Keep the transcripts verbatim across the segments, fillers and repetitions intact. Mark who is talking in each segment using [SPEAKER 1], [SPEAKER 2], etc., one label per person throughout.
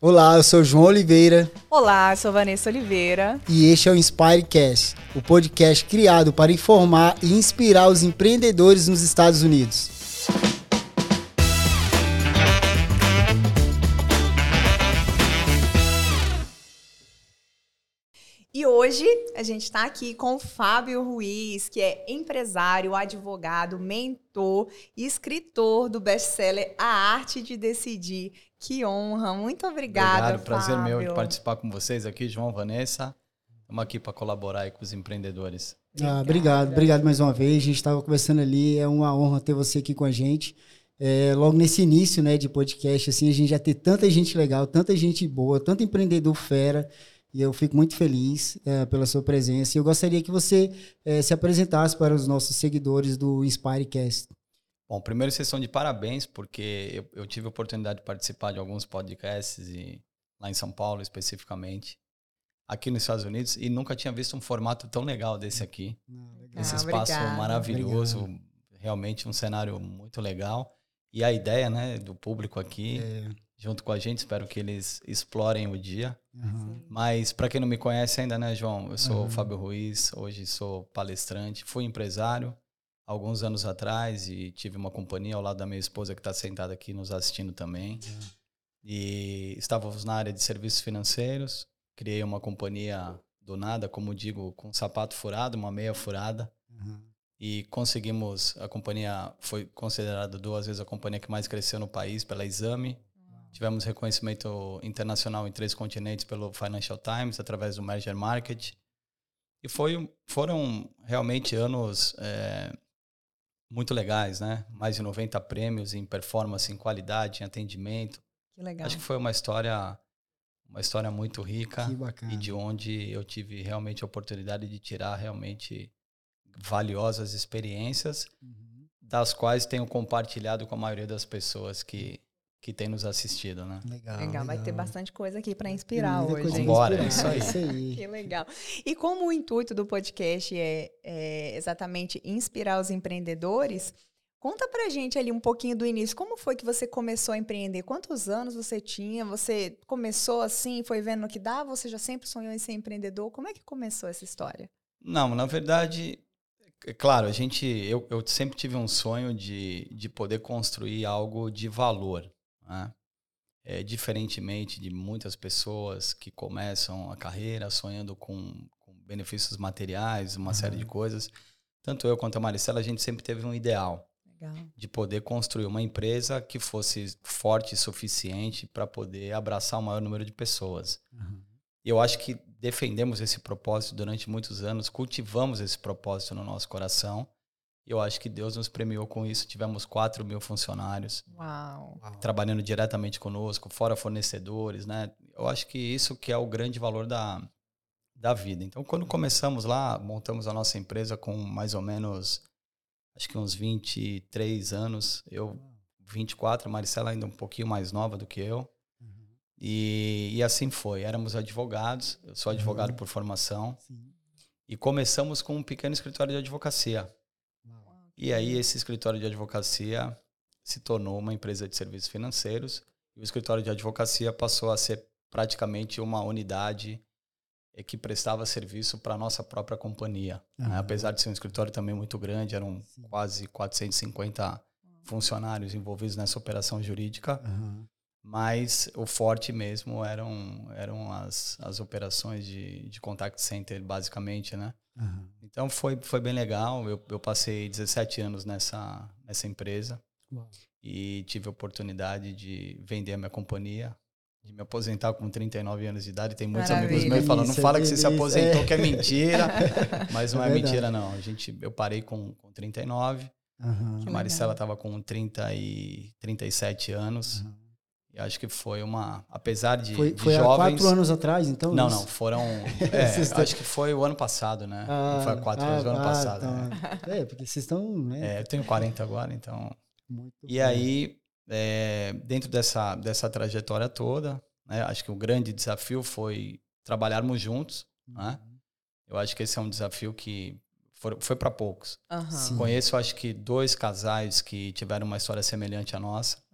[SPEAKER 1] Olá, eu sou João Oliveira.
[SPEAKER 2] Olá, eu sou Vanessa Oliveira.
[SPEAKER 1] E este é o Inspirecast, o podcast criado para informar e inspirar os empreendedores nos Estados Unidos.
[SPEAKER 2] E hoje a gente está aqui com o Fábio Ruiz, que é empresário, advogado, mentor e escritor do best-seller A Arte de Decidir. Que honra, muito obrigada,
[SPEAKER 3] Obrigado, prazer
[SPEAKER 2] Fábio.
[SPEAKER 3] meu de participar com vocês aqui, João, Vanessa. Estamos aqui para colaborar aí com os empreendedores.
[SPEAKER 1] Ah, obrigado, obrigado mais uma vez. A gente estava conversando ali, é uma honra ter você aqui com a gente. É, logo nesse início, né, de podcast, assim, a gente já ter tanta gente legal, tanta gente boa, tanto empreendedor fera. E eu fico muito feliz é, pela sua presença. E eu gostaria que você é, se apresentasse para os nossos seguidores do Inspirecast.
[SPEAKER 3] Bom, primeiro vocês estão de parabéns, porque eu, eu tive a oportunidade de participar de alguns podcasts, e, lá em São Paulo especificamente, aqui nos Estados Unidos, e nunca tinha visto um formato tão legal desse aqui.
[SPEAKER 2] Ah,
[SPEAKER 3] Esse espaço
[SPEAKER 2] obrigada.
[SPEAKER 3] maravilhoso,
[SPEAKER 1] Obrigado.
[SPEAKER 3] Realmente um cenário muito legal. E a ideia, né, do público aqui,
[SPEAKER 1] É,
[SPEAKER 3] junto com a gente, espero que eles explorem o dia.
[SPEAKER 1] uhum.
[SPEAKER 3] Mas para quem não me conhece ainda, né, João? Eu sou
[SPEAKER 1] Uhum.
[SPEAKER 3] o Fábio Ruiz, hoje sou palestrante, fui empresário alguns anos atrás e tive uma companhia ao lado da minha esposa que está sentada aqui nos assistindo também.
[SPEAKER 1] Uhum.
[SPEAKER 3] E estávamos na área de serviços financeiros, criei uma companhia do nada, como digo, com um sapato furado, uma meia furada.
[SPEAKER 1] Uhum.
[SPEAKER 3] E conseguimos, a companhia foi considerada duas vezes a companhia que mais cresceu no país pela Exame. Tivemos reconhecimento internacional em três continentes pelo Financial Times, através do Merger Market. E foi, foram realmente anos é, muito legais, né? Mais de noventa prêmios em performance, em qualidade, em atendimento.
[SPEAKER 2] Que legal.
[SPEAKER 3] Acho que foi uma história, uma história muito rica.
[SPEAKER 1] Que bacana.
[SPEAKER 3] E de onde eu tive realmente a oportunidade de tirar realmente valiosas experiências,
[SPEAKER 1] Uhum.
[SPEAKER 3] das quais tenho compartilhado com a maioria das pessoas que, que tem nos assistido, né?
[SPEAKER 1] Legal,
[SPEAKER 2] Legal, vai ter
[SPEAKER 1] legal.
[SPEAKER 2] bastante coisa aqui para inspirar
[SPEAKER 1] Muita
[SPEAKER 2] hoje.
[SPEAKER 1] coisa
[SPEAKER 2] hein?
[SPEAKER 1] pra
[SPEAKER 3] Vambora,
[SPEAKER 1] inspirar,
[SPEAKER 3] é isso aí.
[SPEAKER 1] isso aí.
[SPEAKER 2] Que legal. E como o intuito do podcast é, é exatamente inspirar os empreendedores, conta pra gente ali um pouquinho do início. Como foi que você começou a empreender? Quantos anos você tinha? Você começou assim, foi vendo no que dava? Você já sempre sonhou em ser empreendedor? Como é que começou essa história?
[SPEAKER 3] Não, na verdade, é claro, a gente, eu, eu sempre tive um sonho de, de poder construir algo de valor, né? É, diferentemente de muitas pessoas que começam a carreira sonhando com, com benefícios materiais, uma
[SPEAKER 1] Uhum.
[SPEAKER 3] série de coisas. Tanto eu quanto a Maricela, a gente sempre teve um ideal
[SPEAKER 2] Legal.
[SPEAKER 3] de poder construir uma empresa que fosse forte o suficiente para poder abraçar o maior número de pessoas.
[SPEAKER 1] Uhum.
[SPEAKER 3] E eu acho que defendemos esse propósito durante muitos anos, cultivamos esse propósito no nosso coração. E eu acho que Deus nos premiou com isso. Tivemos quatro mil funcionários
[SPEAKER 2] Uau.
[SPEAKER 1] Uau.
[SPEAKER 3] trabalhando diretamente conosco, fora fornecedores, né? Eu acho que isso que é o grande valor da, da vida. Então, quando começamos lá, montamos a nossa empresa com mais ou menos, acho que uns vinte e três anos. Eu, vinte e quatro, a Maricela ainda um pouquinho mais nova do que eu.
[SPEAKER 1] Uhum.
[SPEAKER 3] E, e assim foi. Éramos advogados, eu sou advogado
[SPEAKER 1] Uhum.
[SPEAKER 3] por formação.
[SPEAKER 1] Sim.
[SPEAKER 3] E começamos com um pequeno escritório de advocacia.
[SPEAKER 1] Uau.
[SPEAKER 3] E aí esse escritório de advocacia se tornou uma empresa de serviços financeiros. E o escritório de advocacia passou a ser praticamente uma unidade que prestava serviço para a nossa própria companhia.
[SPEAKER 1] Uhum.
[SPEAKER 3] Né? Apesar de ser um escritório também muito grande, eram
[SPEAKER 1] Sim.
[SPEAKER 3] quase quatrocentos e cinquenta funcionários envolvidos nessa operação jurídica.
[SPEAKER 1] Uhum.
[SPEAKER 3] Mas o forte mesmo eram, eram as, as operações de, de contact center, basicamente, né?
[SPEAKER 1] Uhum.
[SPEAKER 3] Então foi, foi bem legal. Eu, eu passei dezessete anos nessa, nessa empresa.
[SPEAKER 1] Uau.
[SPEAKER 3] E tive a oportunidade de vender a minha companhia, de me aposentar com trinta e nove anos de idade. Tem muitos
[SPEAKER 2] Maravilha.
[SPEAKER 3] amigos meus que falam, não
[SPEAKER 1] Delícia,
[SPEAKER 3] fala que você se
[SPEAKER 1] delícia.
[SPEAKER 3] aposentou,
[SPEAKER 1] É.
[SPEAKER 3] que é mentira. Mas não
[SPEAKER 1] É
[SPEAKER 3] é,
[SPEAKER 1] verdade.
[SPEAKER 3] mentira, não. A gente, eu parei com, com trinta e nove.
[SPEAKER 1] Uhum.
[SPEAKER 2] Que
[SPEAKER 3] A Maricela
[SPEAKER 2] legal.
[SPEAKER 3] estava com trinta e, trinta e sete anos.
[SPEAKER 1] Uhum.
[SPEAKER 3] E acho que foi uma... Apesar de,
[SPEAKER 1] Foi,
[SPEAKER 3] de
[SPEAKER 1] foi há
[SPEAKER 3] jovens...
[SPEAKER 1] quatro anos atrás, então?
[SPEAKER 3] Não,
[SPEAKER 1] isso?
[SPEAKER 3] não. Foram... É,
[SPEAKER 1] Vocês estão-
[SPEAKER 3] acho que foi o ano passado, né? não foi há quatro
[SPEAKER 1] ah,
[SPEAKER 3] anos, foi o ano
[SPEAKER 1] ah,
[SPEAKER 3] passado.
[SPEAKER 1] então,
[SPEAKER 3] né?
[SPEAKER 1] É, porque vocês estão, né?
[SPEAKER 3] É, eu tenho quarenta agora, então...
[SPEAKER 1] Muito
[SPEAKER 3] E
[SPEAKER 1] bom.
[SPEAKER 3] aí, é, dentro dessa, dessa trajetória toda, né, acho que o grande desafio foi trabalharmos juntos. Né?
[SPEAKER 1] Uhum.
[SPEAKER 3] Eu acho que esse é um desafio que foi, foi para poucos.
[SPEAKER 2] Aham.
[SPEAKER 1] Sim.
[SPEAKER 3] Conheço, acho que, dois casais que tiveram uma história semelhante à nossa.
[SPEAKER 2] Uhum.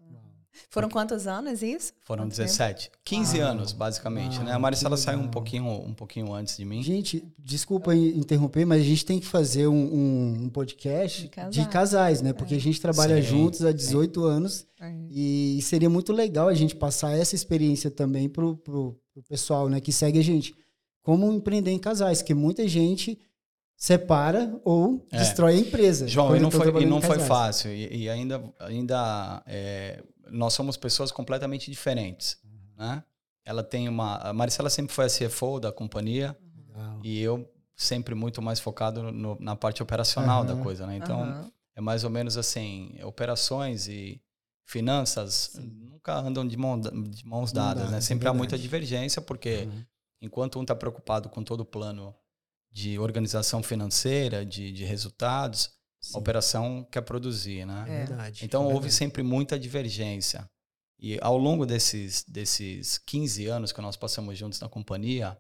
[SPEAKER 2] Foram quantos anos isso?
[SPEAKER 3] Foram
[SPEAKER 2] Quanto
[SPEAKER 3] dezessete. Tempo? quinze ah, anos, basicamente, ah, né? A Maricela saiu um pouquinho, um pouquinho antes de mim.
[SPEAKER 1] Gente, desculpa interromper, mas a gente tem que fazer um, um, um podcast de casais, de casais, né? Porque é. a gente trabalha sim, juntos há dezoito sim. anos é. e seria muito legal a gente passar essa experiência também pro, pro, pro pessoal, né? Que segue a gente. Como empreender em casais, que muita gente separa ou é. destrói a empresa.
[SPEAKER 3] João, e não foi, e não foi fácil. E, e ainda, ainda é, nós somos pessoas completamente diferentes. Uhum. Né? Ela tem uma... A Maricela sempre foi a C F O da companhia uhum. e eu sempre muito mais focado no, na parte operacional uhum. da coisa. Né? Então, uhum. é mais ou menos assim, operações e finanças Sim. nunca andam de, mão, de mãos dadas. Dá, né? Sempre é há muita divergência, porque uhum. enquanto um está preocupado com todo o plano de organização financeira, de, de resultados, Sim. a operação quer produzir, né?
[SPEAKER 1] É verdade.
[SPEAKER 3] Então,
[SPEAKER 1] é
[SPEAKER 3] houve
[SPEAKER 1] verdade.
[SPEAKER 3] sempre muita divergência. E ao longo desses, desses quinze anos que nós passamos juntos na companhia,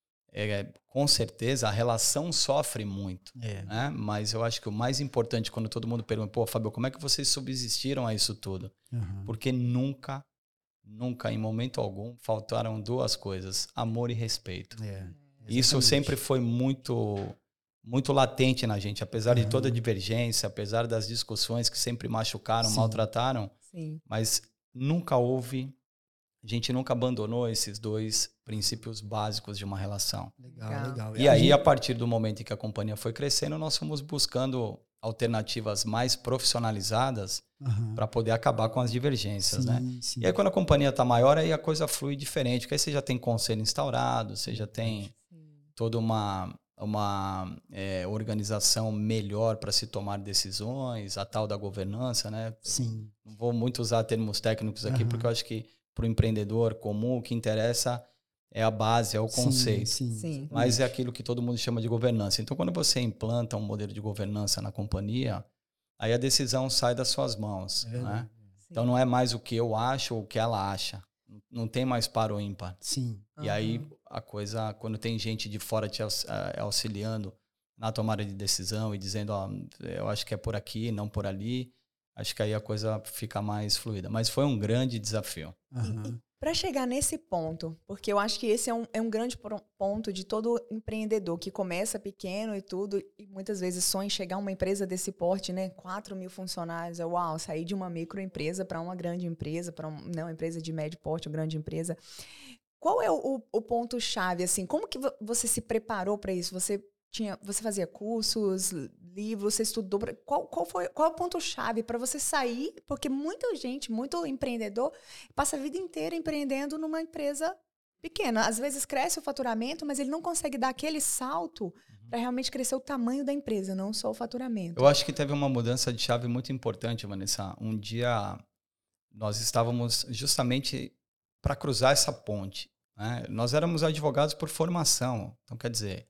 [SPEAKER 3] é, com certeza a relação sofre muito. É. Né? Mas eu acho que o mais importante, quando todo mundo pergunta, pô, Fábio, como é que vocês subsistiram a isso tudo? Uhum. Porque nunca, nunca, em momento algum, faltaram duas coisas, amor e respeito. É. Isso sempre foi muito, muito latente na gente, apesar uhum. de toda a divergência, apesar das discussões que sempre machucaram, Sim. maltrataram, Sim. mas nunca houve, a gente nunca abandonou esses dois princípios básicos de uma relação.
[SPEAKER 1] Legal, legal.
[SPEAKER 3] E aí, a partir do momento em que a companhia foi crescendo, nós fomos buscando alternativas mais profissionalizadas uhum. para poder acabar com as divergências, sim, né? Sim. E aí, quando a companhia está maior, aí a coisa flui diferente, porque aí você já tem conselho instaurado, você já tem toda uma, uma é, organização melhor para se tomar decisões, a tal da governança, né?
[SPEAKER 1] Sim.
[SPEAKER 3] Não vou muito usar termos técnicos aqui, uhum. porque eu acho que para o empreendedor comum, o que interessa é a base, é o conceito.
[SPEAKER 1] Sim, sim, sim.
[SPEAKER 3] Mas é aquilo que todo mundo chama de governança. Então, quando você implanta um modelo de governança na companhia, aí a decisão sai das suas mãos. É né? Então, não é mais o que eu acho ou o que ela acha. Não tem mais par ou ímpar.
[SPEAKER 1] Sim.
[SPEAKER 3] E uhum. aí, a coisa, quando tem gente de fora te auxiliando na tomada de decisão e dizendo, ó, eu acho que é por aqui, não por ali, acho que aí a coisa fica mais fluida. Mas foi um grande desafio.
[SPEAKER 1] Uhum.
[SPEAKER 2] Para chegar nesse ponto, porque eu acho que esse é um, é um grande ponto de todo empreendedor que começa pequeno e tudo, e muitas vezes sonha em chegar a uma empresa desse porte, né? quatro mil funcionários, é uau, sair de uma microempresa para uma grande empresa, para um, não, uma empresa de médio porte, uma grande empresa. Qual é o, o ponto-chave, assim? Como que você se preparou para isso? Você tinha, você fazia cursos, livros, você estudou? Pra, qual, qual foi qual é o ponto-chave para você sair? Porque muita gente, muito empreendedor, passa a vida inteira empreendendo numa empresa pequena. Às vezes cresce o faturamento, mas ele não consegue dar aquele salto uhum. para realmente crescer o tamanho da empresa, não só o faturamento.
[SPEAKER 3] Eu acho que teve uma mudança de chave muito importante, Vanessa. Um dia nós estávamos justamente para cruzar essa ponte. Né? Nós éramos advogados por formação. Então, quer dizer,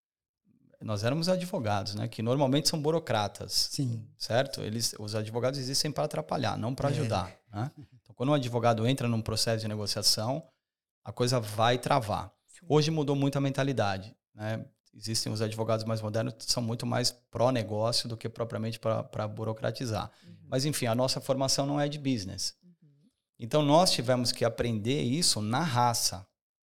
[SPEAKER 3] nós éramos advogados, né? Que normalmente são burocratas.
[SPEAKER 1] Sim.
[SPEAKER 3] Certo? Eles, os advogados existem para atrapalhar, não para ajudar. É. Né? Então, quando um advogado entra num processo de negociação, a coisa vai travar. Sim. Hoje mudou muito a mentalidade. Né? Existem os advogados mais modernos que são muito mais pró-negócio do que propriamente para burocratizar. Uhum. Mas, enfim, a nossa formação não é de business. Uhum. Então, nós tivemos que aprender isso na raça.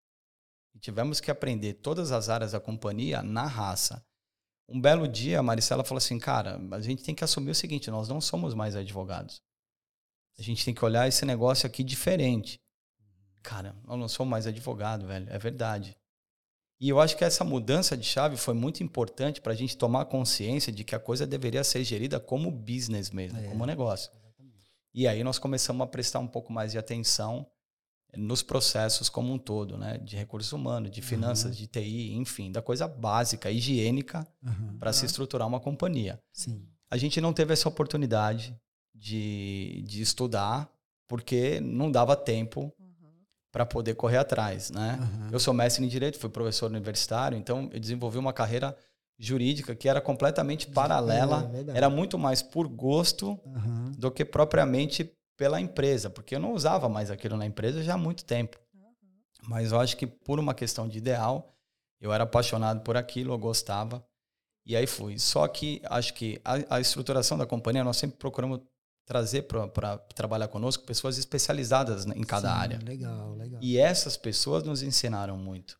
[SPEAKER 3] E tivemos que aprender todas as áreas da companhia na raça. Um belo dia, a Maricela falou assim, cara, a gente tem que assumir o seguinte, nós não somos mais advogados. A gente tem que olhar esse negócio aqui diferente. Cara, eu não sou mais advogado, velho, é verdade. E eu acho que essa mudança de chave foi muito importante para a gente tomar consciência de que a coisa deveria ser gerida como business mesmo, é, como negócio. Exatamente. E aí nós começamos a prestar um pouco mais de atenção nos processos como um todo, né? De recursos humanos, de finanças, uhum. de T I, enfim, da coisa básica, higiênica, uhum. para uhum. se estruturar uma companhia.
[SPEAKER 1] Sim.
[SPEAKER 3] A gente não teve essa oportunidade de, de estudar, porque não dava tempo uhum. para poder correr atrás, né? Uhum. Eu sou mestre em Direito, fui professor universitário, então eu desenvolvi uma carreira jurídica que era completamente paralela, é, era muito mais por gosto uhum. do que propriamente pela empresa, porque eu não usava mais aquilo na empresa já há muito tempo. Uhum. Mas eu acho que por uma questão de ideal, eu era apaixonado por aquilo, eu gostava, e aí fui. Só que acho que a, a estruturação da companhia, nós sempre procuramos trazer para trabalhar conosco pessoas especializadas em cada
[SPEAKER 1] Sim,
[SPEAKER 3] área.
[SPEAKER 1] Legal, legal.
[SPEAKER 3] E essas pessoas nos ensinaram muito.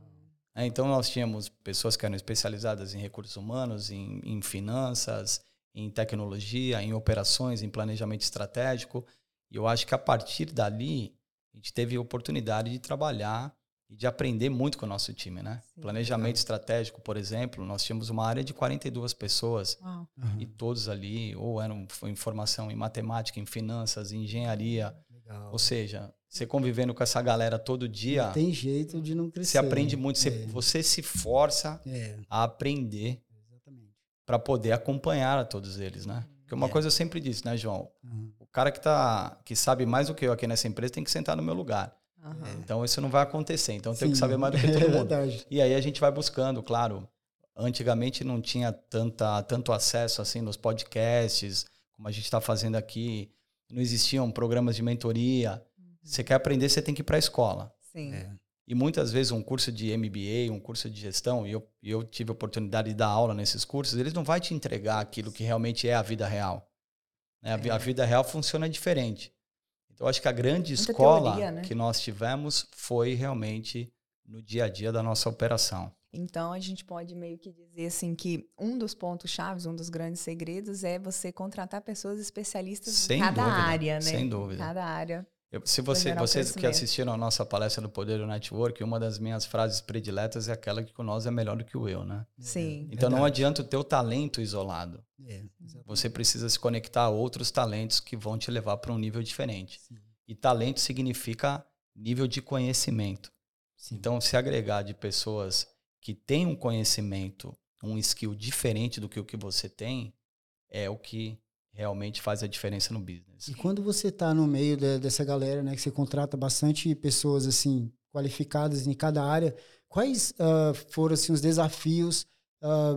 [SPEAKER 3] É, então, nós tínhamos pessoas que eram especializadas em recursos humanos, em, em finanças, em tecnologia, em operações, em planejamento estratégico. E eu acho que a partir dali, a gente teve a oportunidade de trabalhar e de aprender muito com o nosso time, né?
[SPEAKER 2] Sim,
[SPEAKER 3] Planejamento
[SPEAKER 1] legal.
[SPEAKER 3] estratégico, por exemplo, nós tínhamos uma área de quarenta e duas pessoas.
[SPEAKER 2] Uau.
[SPEAKER 1] Uhum.
[SPEAKER 3] E todos ali, ou eram em formação em matemática, em finanças, em engenharia.
[SPEAKER 1] Legal.
[SPEAKER 3] Ou seja, você convivendo com essa galera todo dia,
[SPEAKER 1] Não tem jeito de não crescer.
[SPEAKER 3] você aprende
[SPEAKER 1] né?
[SPEAKER 3] muito, você,
[SPEAKER 1] É,
[SPEAKER 3] você se força
[SPEAKER 1] é,
[SPEAKER 3] a aprender
[SPEAKER 1] exatamente.
[SPEAKER 3] para poder acompanhar a todos eles, né? Porque uma
[SPEAKER 1] É.
[SPEAKER 3] coisa eu sempre disse, né, João?
[SPEAKER 1] Uhum.
[SPEAKER 3] O cara que, tá, que sabe mais do que eu aqui nessa empresa tem que sentar no meu lugar.
[SPEAKER 2] Aham.
[SPEAKER 3] Então, isso não vai acontecer. Então, eu tenho que
[SPEAKER 1] Sim,
[SPEAKER 3] saber mais do que todo
[SPEAKER 1] é
[SPEAKER 3] mundo.
[SPEAKER 1] verdade.
[SPEAKER 3] E aí a gente vai buscando, claro. Antigamente não tinha tanta, tanto acesso assim nos podcasts, como a gente está fazendo aqui. Não existiam programas de mentoria. Você quer aprender, você tem que ir para a escola.
[SPEAKER 2] Sim.
[SPEAKER 1] É.
[SPEAKER 3] E muitas vezes um curso de M B A, um curso de gestão, e eu, e eu tive a oportunidade de dar aula nesses cursos, eles não vão te entregar aquilo que realmente é a vida real. Né? A, vi-
[SPEAKER 2] É.
[SPEAKER 3] a vida real funciona diferente. Então, eu acho que a grande
[SPEAKER 2] Muita
[SPEAKER 3] escola
[SPEAKER 2] teoria, né?
[SPEAKER 3] que nós tivemos foi realmente no dia a dia da nossa operação.
[SPEAKER 2] Então, a gente pode meio que dizer assim que um dos pontos chaves, um dos grandes segredos é você contratar pessoas especialistas
[SPEAKER 3] Sem
[SPEAKER 2] em cada
[SPEAKER 3] dúvida,
[SPEAKER 2] área, né?
[SPEAKER 3] sem dúvida.
[SPEAKER 2] Cada área.
[SPEAKER 3] Eu, se você,
[SPEAKER 2] gerar um
[SPEAKER 3] vocês que
[SPEAKER 2] crescimento.
[SPEAKER 3] assistiram a nossa palestra do Poder do Network, uma das minhas frases prediletas é aquela que o nós é melhor do que o eu, né?
[SPEAKER 2] Sim.
[SPEAKER 3] Então, não
[SPEAKER 1] Verdade.
[SPEAKER 3] adianta o teu talento isolado.
[SPEAKER 1] É, exatamente.
[SPEAKER 3] Você precisa se conectar a outros talentos que vão te levar para um nível diferente.
[SPEAKER 1] Sim,
[SPEAKER 3] E talento significa nível de conhecimento.
[SPEAKER 1] sim.
[SPEAKER 3] Então, se agregar de pessoas que têm um conhecimento, um skill diferente do que o que você tem, é o que realmente faz a diferença no business.
[SPEAKER 1] E quando você está no meio de- dessa galera, né, que você contrata bastante pessoas assim qualificadas em cada área, quais ah, foram assim os desafios ah,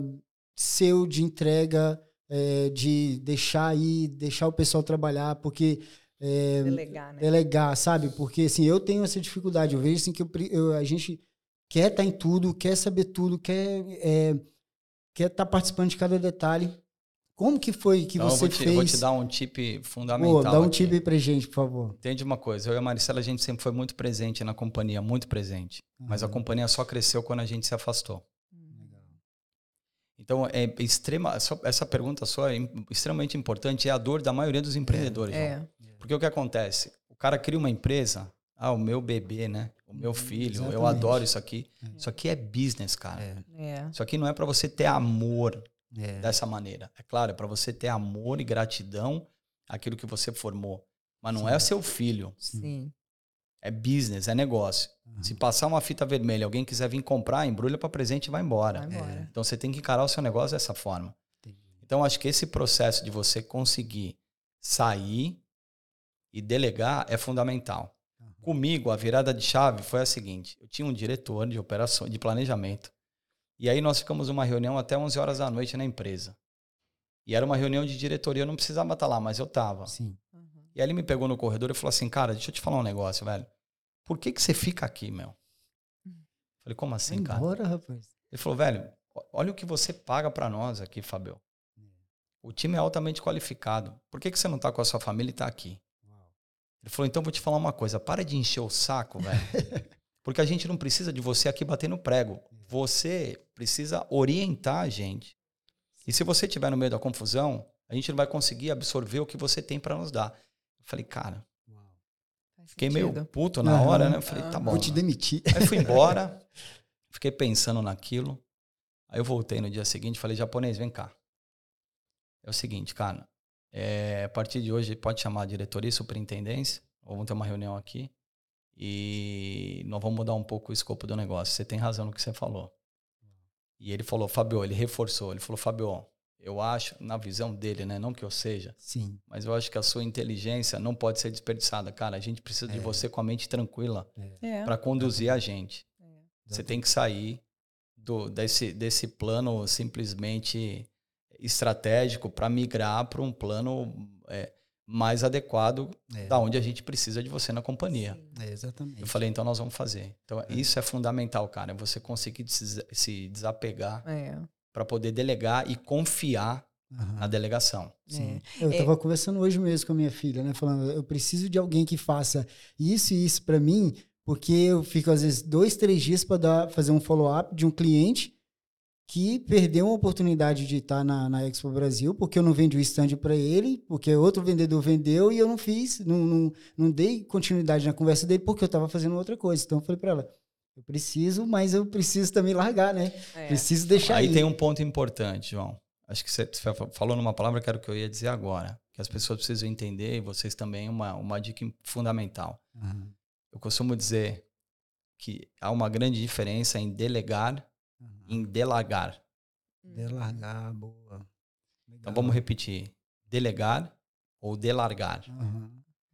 [SPEAKER 1] seu de entrega, eh, de deixar aí, deixar o pessoal trabalhar, porque eh,
[SPEAKER 2] Delegar, né?
[SPEAKER 1] delegar, sabe? Porque assim, eu tenho essa dificuldade, eu vejo assim que eu pre- eu- a gente quer estar em tudo, quer saber tudo, quer eh, quer estar participando de cada detalhe. Como que foi que
[SPEAKER 3] Então, eu
[SPEAKER 1] você
[SPEAKER 3] vou te,
[SPEAKER 1] fez?
[SPEAKER 3] eu vou te dar um tip fundamental.
[SPEAKER 1] Pô, dá um
[SPEAKER 3] aqui.
[SPEAKER 1] tip aí pra gente, por favor.
[SPEAKER 3] Entende uma coisa, eu e a Maricela, a gente sempre foi muito presente na companhia, muito presente. Mas a
[SPEAKER 1] Uhum.
[SPEAKER 3] companhia só cresceu quando a gente se afastou.
[SPEAKER 2] Uhum.
[SPEAKER 3] Então, é extrema, essa- essa pergunta sua é im- extremamente importante, é a dor da maioria dos empreendedores. João.
[SPEAKER 2] É.
[SPEAKER 3] Porque o que acontece? O cara cria uma empresa, ah, o meu bebê, né? O meu
[SPEAKER 1] Uhum,
[SPEAKER 3] filho, eu
[SPEAKER 1] exatamente.
[SPEAKER 3] adoro isso aqui.
[SPEAKER 1] É.
[SPEAKER 3] Isso aqui é business, cara.
[SPEAKER 1] É,
[SPEAKER 2] É.
[SPEAKER 3] Isso aqui não é para você ter amor
[SPEAKER 1] é.
[SPEAKER 3] dessa maneira. É claro, é para você ter amor e gratidão àquilo que você formou. Mas não
[SPEAKER 1] Sim.
[SPEAKER 3] é seu filho.
[SPEAKER 2] Sim.
[SPEAKER 3] É business, é negócio.
[SPEAKER 1] Uhum.
[SPEAKER 3] Se passar uma fita vermelha, alguém quiser vir comprar, embrulha para presente e vai embora.
[SPEAKER 2] Vai embora.
[SPEAKER 3] Então você tem que encarar o seu negócio dessa forma.
[SPEAKER 1] Entendi.
[SPEAKER 3] Então acho que esse processo de você conseguir sair e delegar é fundamental.
[SPEAKER 1] Uhum.
[SPEAKER 3] Comigo, a virada de chave foi a seguinte: eu tinha um diretor de operações, de planejamento, e aí nós ficamos numa reunião até onze horas da noite na empresa. E era uma reunião de diretoria, eu não precisava estar lá, mas eu estava.
[SPEAKER 1] Sim.
[SPEAKER 2] Uhum.
[SPEAKER 3] E aí ele me pegou no corredor e falou assim: cara, deixa eu te falar um negócio, velho. Por que que você fica aqui, meu? Falei, como assim,
[SPEAKER 1] Vai
[SPEAKER 3] cara?
[SPEAKER 1] embora, rapaz.
[SPEAKER 3] Ele falou, velho, olha o que você paga pra nós aqui, Fabio. O time é altamente qualificado. Por que que você não tá com a sua família e tá aqui? Ele falou, então vou te falar uma coisa. Para de encher o saco, velho. Porque a gente não precisa de você aqui batendo prego. Você precisa orientar a gente. E se você estiver no meio da confusão, a gente não vai conseguir absorver o que você tem pra nos dar. Eu falei, cara,
[SPEAKER 2] Faz
[SPEAKER 3] fiquei
[SPEAKER 2] sentido.
[SPEAKER 3] meio puto na
[SPEAKER 1] Aham.
[SPEAKER 3] hora, né? Eu falei, tá
[SPEAKER 2] Aham.
[SPEAKER 3] bom.
[SPEAKER 1] Vou te demitir.
[SPEAKER 3] Aí fui embora, fiquei pensando naquilo. Aí eu voltei no dia seguinte e falei, japonês, vem cá. É o seguinte, cara, é, a partir de hoje pode chamar a diretoria e superintendência, ou vamos ter uma reunião aqui, e nós vamos mudar um pouco o escopo do negócio. Você tem razão no que você falou. E ele falou, Fabio, ele reforçou, ele falou, Fabio, eu acho, na visão dele, né, não que eu seja,
[SPEAKER 1] Sim.
[SPEAKER 3] mas eu acho que a sua inteligência não pode ser desperdiçada. Cara, a gente precisa de
[SPEAKER 1] É.
[SPEAKER 3] você com a mente tranquila
[SPEAKER 2] É.
[SPEAKER 3] para conduzir a gente.
[SPEAKER 2] É.
[SPEAKER 3] Você tem que sair do, desse, desse plano simplesmente estratégico para migrar para um plano é, mais adequado
[SPEAKER 1] É.
[SPEAKER 3] da onde a gente precisa de você na companhia.
[SPEAKER 2] Sim.
[SPEAKER 1] É, exatamente.
[SPEAKER 3] Eu falei, então nós vamos fazer. Então isso é fundamental, cara. É você conseguir se, se desapegar
[SPEAKER 2] É.
[SPEAKER 3] para poder delegar e confiar uhum. na delegação.
[SPEAKER 1] Sim. É. Eu estava é. conversando hoje mesmo com a minha filha, né? Falando, eu preciso de alguém que faça isso e isso para mim, porque eu fico, às vezes, dois, três dias para fazer um follow-up de um cliente que perdeu uma oportunidade de estar na, na Expo Brasil, porque eu não vendi o stand para ele, porque outro vendedor vendeu e eu não fiz, não, não, não dei continuidade na conversa dele, porque eu estava fazendo outra coisa. Então, eu falei para ela, eu preciso, mas eu preciso também largar, né? É. Preciso deixar
[SPEAKER 3] Aí
[SPEAKER 1] ir.
[SPEAKER 3] tem um ponto importante, João. Acho que você falou numa palavra que era o que eu ia dizer agora, que as pessoas precisam entender, e vocês também, uma, uma dica fundamental. Uhum. Eu costumo dizer que há uma grande diferença em delegar e uhum. em delagar.
[SPEAKER 1] Delargar, boa.
[SPEAKER 3] Legal. Então vamos repetir. Delegar ou delargar.
[SPEAKER 1] Uhum.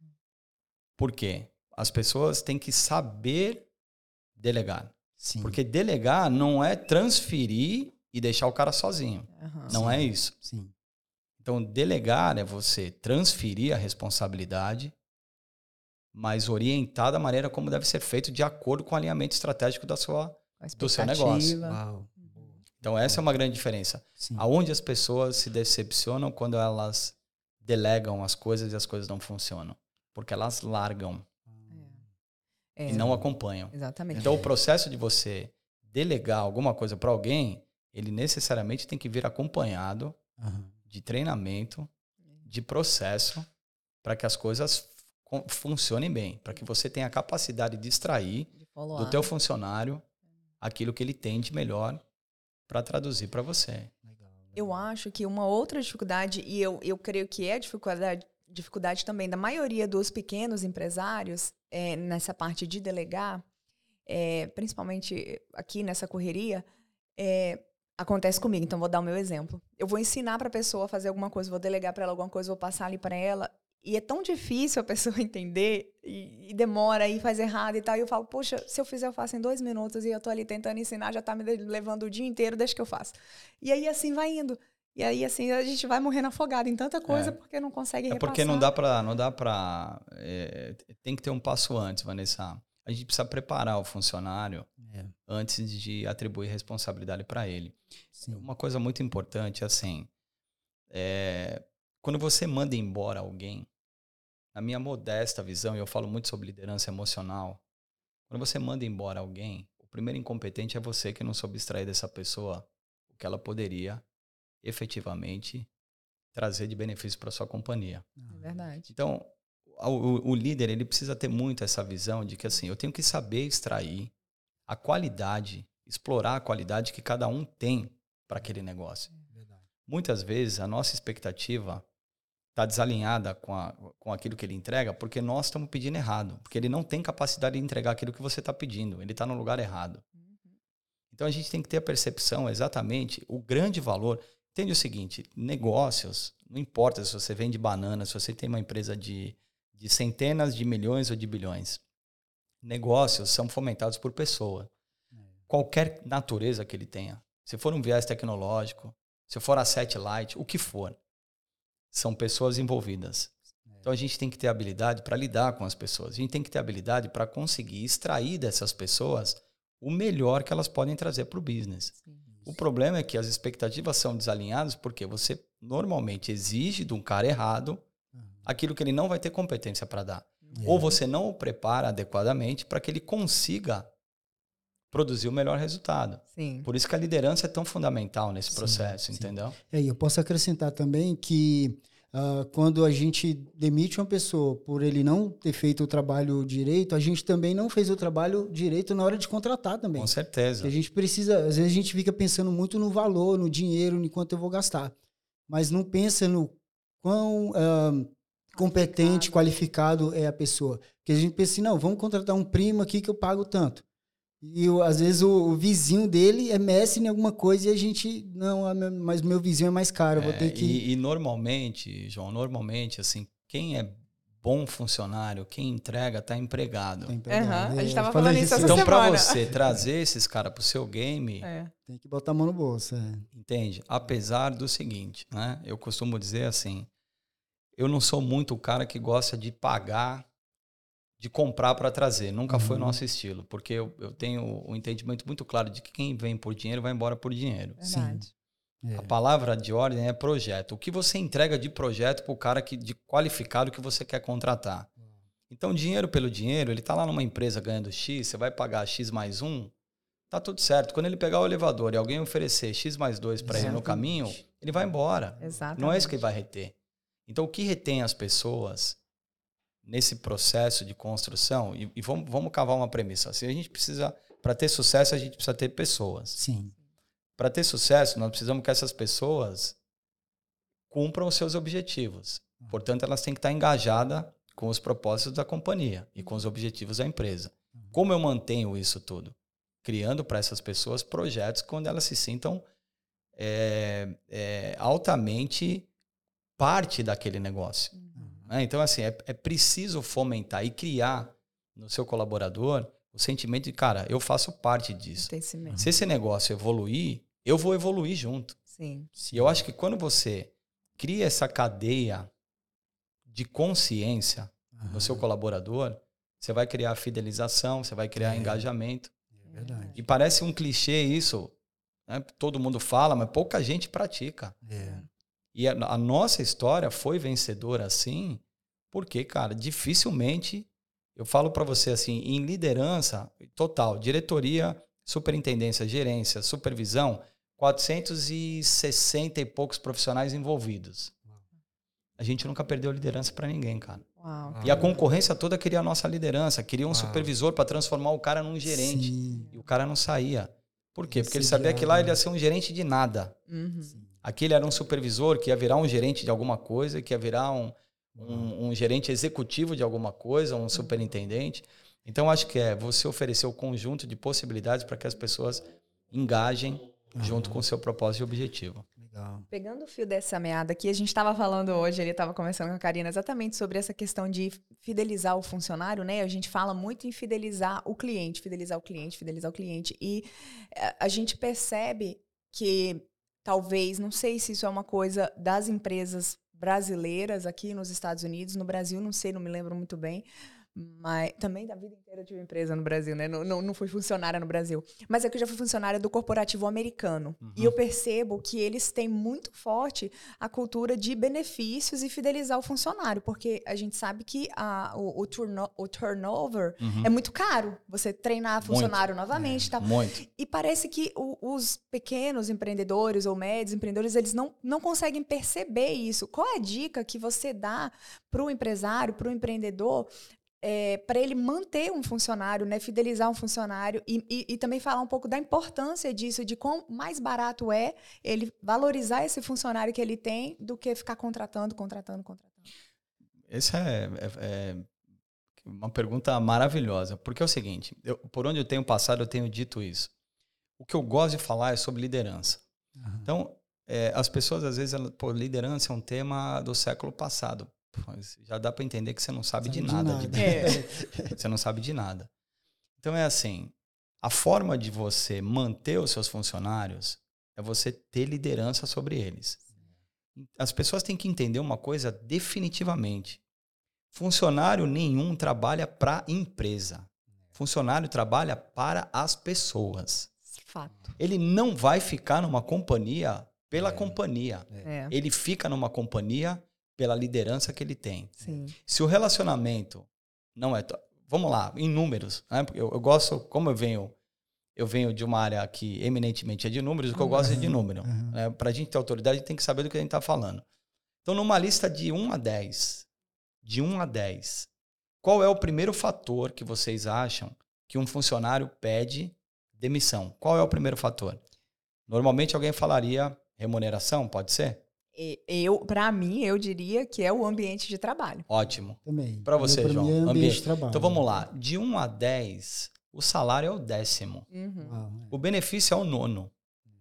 [SPEAKER 3] Por quê? As pessoas têm que saber delegar.
[SPEAKER 1] Sim.
[SPEAKER 3] Porque delegar não é transferir e deixar o cara sozinho. Uhum. Não
[SPEAKER 1] Sim.
[SPEAKER 3] é isso.
[SPEAKER 1] Sim.
[SPEAKER 3] Então, delegar é você transferir a responsabilidade, mas orientar da maneira como deve ser feito de acordo com o alinhamento estratégico da sua, do seu negócio.
[SPEAKER 1] Uau.
[SPEAKER 3] Então, essa é uma grande diferença. Sim. Aonde as pessoas se decepcionam quando elas delegam as coisas e as coisas não funcionam. Porque elas largam. É. E não acompanham.
[SPEAKER 2] Exatamente.
[SPEAKER 3] Então, o processo de você delegar alguma coisa para alguém, ele necessariamente tem que vir acompanhado uhum. de treinamento, de processo, para que as coisas funcionem bem, para que você tenha a capacidade de extrair de do teu funcionário aquilo que ele tem de melhor para traduzir para você.
[SPEAKER 2] Eu acho que uma outra dificuldade, e eu, eu creio que é dificuldade, dificuldade também da maioria dos pequenos empresários é, nessa parte de delegar, é, principalmente aqui nessa correria, é, acontece comigo. Então, vou dar o meu exemplo. Eu vou ensinar para a pessoa a fazer alguma coisa, vou delegar para ela alguma coisa, vou passar ali para ela, e é tão difícil a pessoa entender, e, e demora, e faz errado e tal, e eu falo, poxa, se eu fizer, eu faço em dois minutos, e eu tô ali tentando ensinar, já tá me levando o dia inteiro, deixa que eu faço. E aí, assim, vai indo. E aí, assim, a gente vai morrendo afogado em tanta coisa, é. porque não consegue
[SPEAKER 3] é
[SPEAKER 2] repassar.
[SPEAKER 3] É porque não dá pra... Não dá pra é, tem que ter um passo antes, Vanessa. A gente precisa preparar o funcionário é. antes de atribuir responsabilidade para ele. Sim. Uma coisa muito importante, assim, é, quando você manda embora alguém, na minha modesta visão, e eu falo muito sobre liderança emocional, quando você manda embora alguém, o primeiro incompetente é você que não soube extrair dessa pessoa o que ela poderia efetivamente trazer de benefício para sua companhia.
[SPEAKER 2] É verdade.
[SPEAKER 3] Então, o, o líder ele precisa ter muito essa visão de que assim, eu tenho que saber extrair a qualidade, explorar a qualidade que cada um tem para aquele negócio. Verdade. Muitas vezes a nossa expectativa está desalinhada com, a, com aquilo que ele entrega porque nós estamos pedindo errado, porque ele não tem capacidade de entregar aquilo que você está pedindo, ele está no lugar errado. Uhum. Então a gente tem que ter a percepção exatamente, o grande valor. Entende o seguinte, negócios, não importa se você vende banana, se você tem uma empresa de, de centenas de milhões ou de bilhões. Negócios são fomentados por pessoa. É. Qualquer natureza que ele tenha. Se for um viés tecnológico, se for asset light, o que for. São pessoas envolvidas. É. Então a gente tem que ter habilidade para lidar com as pessoas. A gente tem que ter habilidade para conseguir extrair dessas pessoas o melhor que elas podem trazer para o business. Sim. O problema é que as expectativas são desalinhadas porque você normalmente exige de um cara errado uhum. aquilo que ele não vai ter competência para dar. Uhum. Ou você não o prepara adequadamente para que ele consiga produzir o melhor resultado.
[SPEAKER 2] Sim.
[SPEAKER 3] Por isso que a liderança é tão fundamental nesse processo, sim, entendeu?
[SPEAKER 1] Sim. É, eu posso acrescentar também que uh, quando a gente demite uma pessoa por ele não ter feito o trabalho direito, a gente também não fez o trabalho direito na hora de contratar também.
[SPEAKER 3] Com certeza.
[SPEAKER 1] A gente precisa, às vezes a gente fica pensando muito no valor, no dinheiro, no quanto eu vou gastar, mas não pensa no quão uh, competente, qualificado é a pessoa. Porque a gente pensa assim, não, vamos contratar um primo aqui que eu pago tanto. E eu, às vezes o, o vizinho dele é mestre em alguma coisa e a gente, não, mas o meu vizinho é mais caro, eu vou ter que...
[SPEAKER 3] E, e normalmente, João, normalmente, assim, quem é bom funcionário, quem entrega, tá empregado. Tá
[SPEAKER 2] empregado. Uhum. A gente tava falando isso essa
[SPEAKER 3] então,
[SPEAKER 2] semana.
[SPEAKER 3] Então, para você trazer esses caras pro seu game...
[SPEAKER 2] É.
[SPEAKER 1] Tem que botar a mão no bolso. É.
[SPEAKER 3] Entende? Apesar do seguinte, né? Eu costumo dizer assim, eu não sou muito o cara que gosta de pagar, de comprar para trazer. Nunca uhum. foi o nosso estilo. Porque eu, eu tenho um entendimento muito claro de que quem vem por dinheiro vai embora por dinheiro.
[SPEAKER 2] Verdade.
[SPEAKER 3] Sim. É. A palavra de ordem é projeto. O que você entrega de projeto para o cara que, de qualificado que você quer contratar. Então, dinheiro pelo dinheiro, ele está lá numa empresa ganhando X, você vai pagar X mais um, tá tudo certo. Quando ele pegar o elevador e alguém oferecer X mais dois para ele no caminho, ele vai embora.
[SPEAKER 2] Exatamente.
[SPEAKER 3] Não é isso que ele vai reter. Então, o que retém as pessoas nesse processo de construção, e, e vamos, vamos cavar uma premissa. Assim, a gente precisa, para ter sucesso, a gente precisa ter pessoas.
[SPEAKER 1] Sim.
[SPEAKER 3] Para ter sucesso, nós precisamos que essas pessoas cumpram os seus objetivos. Portanto, elas têm que estar engajadas com os propósitos da companhia e com os objetivos da empresa. Como eu mantenho isso tudo? Criando para essas pessoas projetos onde elas se sintam é, é, altamente parte daquele negócio. Uhum. É, então, assim, é, é preciso fomentar e criar no seu colaborador o sentimento de, cara, eu faço parte disso.
[SPEAKER 2] Uhum.
[SPEAKER 3] Se esse negócio evoluir, eu vou evoluir junto.
[SPEAKER 2] Sim.
[SPEAKER 3] E eu acho que quando você cria essa cadeia de consciência uhum. no seu colaborador, você vai criar fidelização, você vai criar é. engajamento.
[SPEAKER 1] É verdade.
[SPEAKER 3] E parece um clichê isso, né? Todo mundo fala, mas pouca gente pratica.
[SPEAKER 1] É.
[SPEAKER 3] E a, a nossa história foi vencedora assim, porque, cara, dificilmente, eu falo para você assim, em liderança total, diretoria, superintendência, gerência, supervisão, quatrocentos e sessenta e poucos profissionais envolvidos. A gente nunca perdeu liderança para ninguém, cara.
[SPEAKER 2] Uau.
[SPEAKER 3] E a concorrência toda queria a nossa liderança, queria um Uau. supervisor para transformar o cara num gerente.
[SPEAKER 1] Sim.
[SPEAKER 3] E o cara não saía. Por quê? Porque ele sabia que lá ele ia ser um gerente de nada.
[SPEAKER 2] Uhum.
[SPEAKER 3] Aquele era um supervisor que ia virar um gerente de alguma coisa, que ia virar um, um, um gerente executivo de alguma coisa, um superintendente. Então, acho que é você oferecer o conjunto de possibilidades para que as pessoas engajem uhum. junto com o seu propósito e objetivo.
[SPEAKER 1] Legal.
[SPEAKER 2] Pegando o fio dessa meada aqui, a gente estava falando hoje, ele estava conversando com a Karina exatamente sobre essa questão de fidelizar o funcionário, né? A gente fala muito em fidelizar o cliente, fidelizar o cliente, fidelizar o cliente. E a gente percebe que talvez, não sei se isso é uma coisa das empresas brasileiras aqui nos Estados Unidos, no Brasil, não sei, não me lembro muito bem, mas também da vida inteira eu tive empresa no Brasil, né? Não, não, não fui funcionária no Brasil. Mas é que eu já fui funcionária do corporativo americano. Uhum. E eu percebo que eles têm muito forte a cultura de benefícios e fidelizar o funcionário, porque a gente sabe que a, o, o, turno, o turnover uhum. é muito caro. Você treinar funcionário muito. novamente e tal.
[SPEAKER 3] Muito.
[SPEAKER 2] E parece que o, os pequenos empreendedores ou médios empreendedores, eles não, não conseguem perceber isso. Qual é a dica que você dá para o empresário, para o empreendedor, É, para ele manter um funcionário, né, fidelizar um funcionário e, e, e também falar um pouco da importância disso, de quão mais barato é ele valorizar esse funcionário que ele tem do que ficar contratando, contratando, contratando?
[SPEAKER 3] Essa é, é, é uma pergunta maravilhosa, porque é o seguinte, eu, por onde eu tenho passado, eu tenho dito isso. O que eu gosto de falar é sobre liderança. Uhum. Então, é, as pessoas, às vezes, elas, pô, liderança é um tema do século passado. Já dá para entender que você não sabe, sabe de, nada de nada. De é. Você não sabe de nada. Então é assim, a forma de você manter os seus funcionários é você ter liderança sobre eles. As pessoas têm que entender uma coisa definitivamente. Funcionário nenhum trabalha para a empresa. Funcionário trabalha para as pessoas.
[SPEAKER 2] Fato.
[SPEAKER 3] Ele não vai ficar numa companhia pela
[SPEAKER 1] é.
[SPEAKER 3] companhia.
[SPEAKER 2] É.
[SPEAKER 3] Ele fica numa companhia pela liderança que ele tem.
[SPEAKER 2] Sim.
[SPEAKER 3] Se o relacionamento não é... Vamos lá, em números. Né? Eu, eu gosto, como eu venho, eu venho de uma área que eminentemente é de números, o que eu gosto é de número. Uhum. Né? Para a gente ter autoridade, a gente tem que saber do que a gente está falando. Então, numa lista de um a dez, de um a dez, qual é o primeiro fator que vocês acham que um funcionário pede demissão? Qual é o primeiro fator? Normalmente alguém falaria remuneração, pode ser?
[SPEAKER 2] Eu, para mim, eu diria que é o ambiente de trabalho.
[SPEAKER 3] Ótimo.
[SPEAKER 1] Também.
[SPEAKER 3] Para você,
[SPEAKER 1] pra
[SPEAKER 3] João.
[SPEAKER 1] Mim é ambiente, ambiente de trabalho.
[SPEAKER 3] Então vamos lá. De um a dez, o salário é o décimo.
[SPEAKER 2] Uhum.
[SPEAKER 1] Uau, é.
[SPEAKER 3] O benefício é o nono.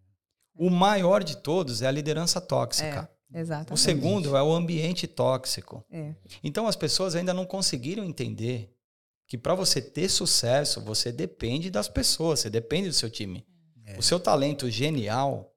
[SPEAKER 3] O maior de todos é a liderança tóxica.
[SPEAKER 2] É, exatamente.
[SPEAKER 3] O segundo é o ambiente tóxico.
[SPEAKER 2] É.
[SPEAKER 3] Então as pessoas ainda não conseguiram entender que para você ter sucesso, você depende das pessoas, você depende do seu time. É. O seu talento genial,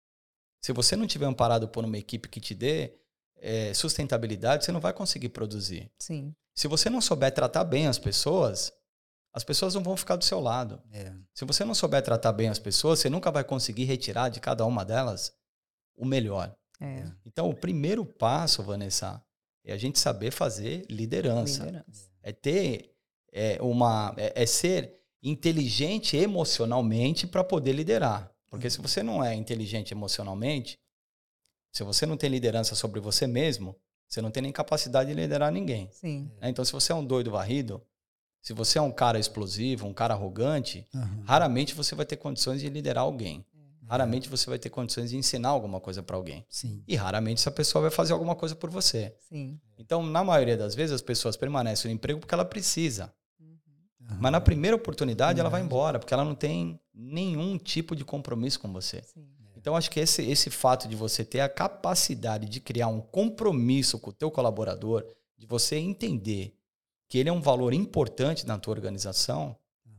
[SPEAKER 3] se você não tiver amparado por uma equipe que te dê é, sustentabilidade, você não vai conseguir produzir.
[SPEAKER 2] Sim.
[SPEAKER 3] Se você não souber tratar bem as pessoas, as pessoas não vão ficar do seu lado.
[SPEAKER 1] É.
[SPEAKER 3] Se você não souber tratar bem as pessoas, você nunca vai conseguir retirar de cada uma delas o melhor.
[SPEAKER 2] É.
[SPEAKER 3] Então, o primeiro passo, Vanessa, é a gente saber fazer liderança.
[SPEAKER 2] Liderança.
[SPEAKER 3] É ter é, uma... É, é ser inteligente emocionalmente para poder liderar. Porque se você não é inteligente emocionalmente, se você não tem liderança sobre você mesmo, você não tem nem capacidade de liderar ninguém.
[SPEAKER 2] Sim.
[SPEAKER 3] Então, se você é um doido varrido, se você é um cara explosivo, um cara arrogante,
[SPEAKER 1] Uhum.
[SPEAKER 3] raramente você vai ter condições de liderar alguém. Raramente você vai ter condições de ensinar alguma coisa para alguém.
[SPEAKER 1] Sim.
[SPEAKER 3] E raramente essa pessoa vai fazer alguma coisa por você.
[SPEAKER 2] Sim.
[SPEAKER 3] Então, na maioria das vezes, as pessoas permanecem no emprego porque ela precisa. Mas na primeira oportunidade ela vai embora, porque ela não tem nenhum tipo de compromisso com você.
[SPEAKER 2] Sim.
[SPEAKER 3] Então, acho que esse, esse fato de você ter a capacidade de criar um compromisso com o teu colaborador, de você entender que ele é um valor importante na tua organização,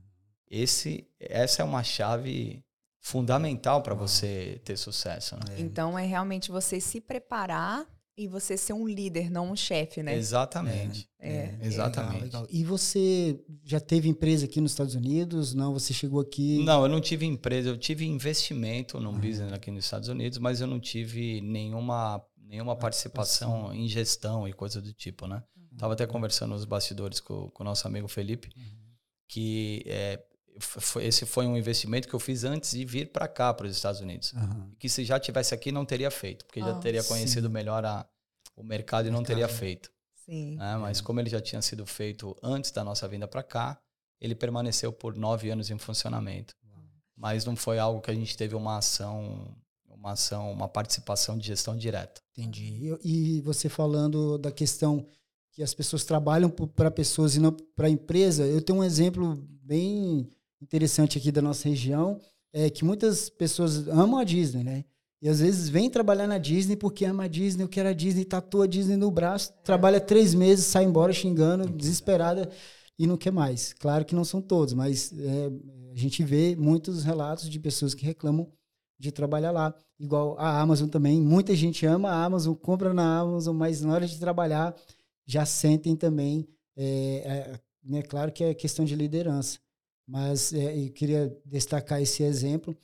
[SPEAKER 3] esse, essa é uma chave fundamental para você ter sucesso. Né?
[SPEAKER 2] Então, é realmente você se preparar e você ser um líder, não um chefe, né?
[SPEAKER 3] Exatamente.
[SPEAKER 2] É, é.
[SPEAKER 3] Exatamente.
[SPEAKER 1] Legal, legal. E você já teve empresa aqui nos Estados Unidos? Não, você chegou aqui...
[SPEAKER 3] Não, eu não tive empresa, eu tive investimento num uhum. business aqui nos Estados Unidos, mas eu não tive nenhuma, nenhuma participação em gestão e coisa do tipo, né? Uhum. Tava até conversando nos bastidores com, com o nosso amigo Felipe, uhum. que é, foi, esse foi um investimento que eu fiz antes de vir para cá, para os Estados Unidos. Uhum. Que se já tivesse aqui, não teria feito, porque oh, já teria conhecido sim. melhor a, o mercado e não teria feito.
[SPEAKER 2] Sim.
[SPEAKER 3] É, mas como ele já tinha sido feito antes da nossa vinda para cá, ele permaneceu por nove anos em funcionamento. Uhum. Mas não foi algo que a gente teve uma ação, uma ação, uma participação de gestão direta.
[SPEAKER 1] Entendi. E você falando da questão que as pessoas trabalham para pessoas e não para a empresa, eu tenho um exemplo bem interessante aqui da nossa região, é que muitas pessoas amam a Disney, né? E às vezes vem trabalhar na Disney porque ama a Disney, eu quero a Disney, tatua a Disney no braço, é. trabalha três meses, sai embora xingando, desesperada e não quer mais. Claro que não são todos, mas é, a gente vê muitos relatos de pessoas que reclamam de trabalhar lá. Igual a Amazon também, muita gente ama a Amazon, compra na Amazon, mas na hora de trabalhar já sentem também, é, é, né, claro que é questão de liderança, mas é, eu queria destacar esse exemplo.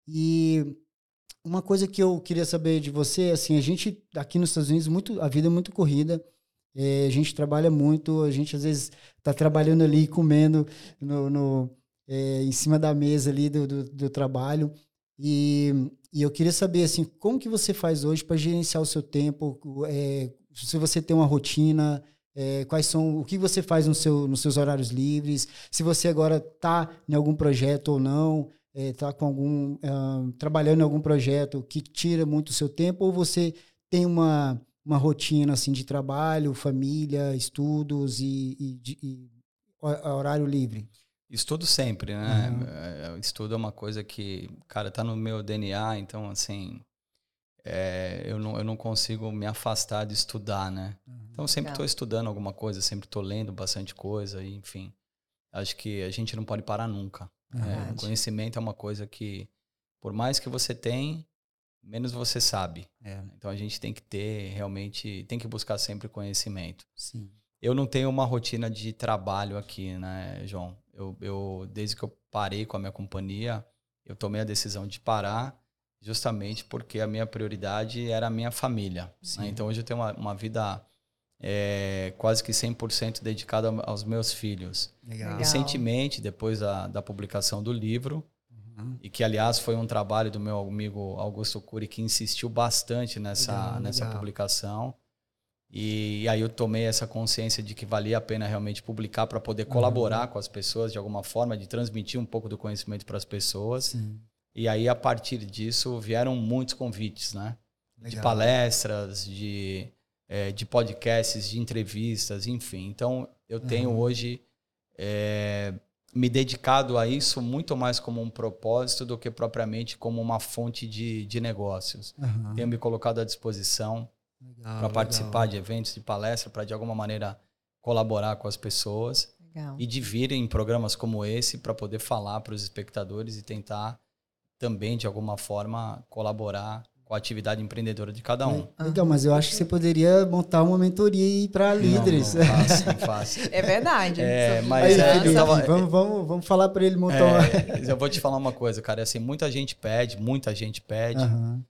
[SPEAKER 1] E uma coisa que eu queria saber de você, assim, a gente aqui nos Estados Unidos, muito, a vida é muito corrida, é, a gente trabalha muito, a gente às vezes está trabalhando ali, comendo no, no, é, em cima da mesa ali do, do, do trabalho, e, e eu queria saber, assim, como que você faz hoje para gerenciar o seu tempo, é, se você tem uma rotina, é, quais são, o que você faz no seu, nos seus horários livres, se você agora está em algum projeto ou não, está é, com algum, uh, trabalhando em algum projeto que tira muito o seu tempo, ou você tem uma, uma rotina assim, de trabalho, família, estudos e, e, de, e horário livre?
[SPEAKER 3] Estudo sempre, né? Uhum. Estudo é uma coisa que, cara, tá no meu D N A, então, assim, é, eu, não, eu não consigo me afastar de estudar, né? Uhum. Então, eu sempre estou estudando alguma coisa, sempre estou lendo bastante coisa, e, enfim. Acho que a gente não pode parar nunca. É, conhecimento é uma coisa que, por mais que você tenha, menos você sabe. É. Então, a gente tem que ter, realmente, tem que buscar sempre conhecimento.
[SPEAKER 1] Sim.
[SPEAKER 3] Eu não tenho uma rotina de trabalho aqui, né, João? Eu, eu, desde que eu parei com a minha companhia, eu tomei a decisão de parar justamente porque a minha prioridade era a minha família. Né? Então, hoje eu tenho uma, uma vida é, quase que cem por cento dedicada aos meus filhos.
[SPEAKER 1] Legal.
[SPEAKER 3] Recentemente, depois da, da publicação do livro, uhum. e que, aliás, foi um trabalho do meu amigo Augusto Cury, que insistiu bastante nessa, legal, nessa legal. publicação. E, e aí eu tomei essa consciência de que valia a pena realmente publicar para poder colaborar uhum. com as pessoas de alguma forma, de transmitir um pouco do conhecimento para as pessoas.
[SPEAKER 1] Sim.
[SPEAKER 3] E aí, a partir disso, vieram muitos convites, né? Legal. De palestras, de, é, de podcasts, de entrevistas, enfim. Então, eu tenho uhum. hoje é, me dedicado a isso muito mais como um propósito do que propriamente como uma fonte de, de negócios. Uhum. Tenho me colocado à disposição para participar de eventos, de palestra, para de alguma maneira colaborar com as pessoas.
[SPEAKER 2] Legal.
[SPEAKER 3] E de vir em programas como esse para poder falar para os espectadores e tentar também, de alguma forma, colaborar com a atividade empreendedora de cada um.
[SPEAKER 1] Legal, mas eu acho que você poderia montar uma mentoria para líderes.
[SPEAKER 3] Não, não faço, não faço.
[SPEAKER 2] É verdade.
[SPEAKER 3] É, mas
[SPEAKER 1] Aí,
[SPEAKER 3] é,
[SPEAKER 1] Felipe,
[SPEAKER 3] tava,
[SPEAKER 1] vamos, vamos, vamos falar para ele montar
[SPEAKER 3] é,
[SPEAKER 1] uma...
[SPEAKER 3] Eu vou te falar uma coisa, cara. Assim, muita gente pede, muita gente pede.
[SPEAKER 1] Uhum.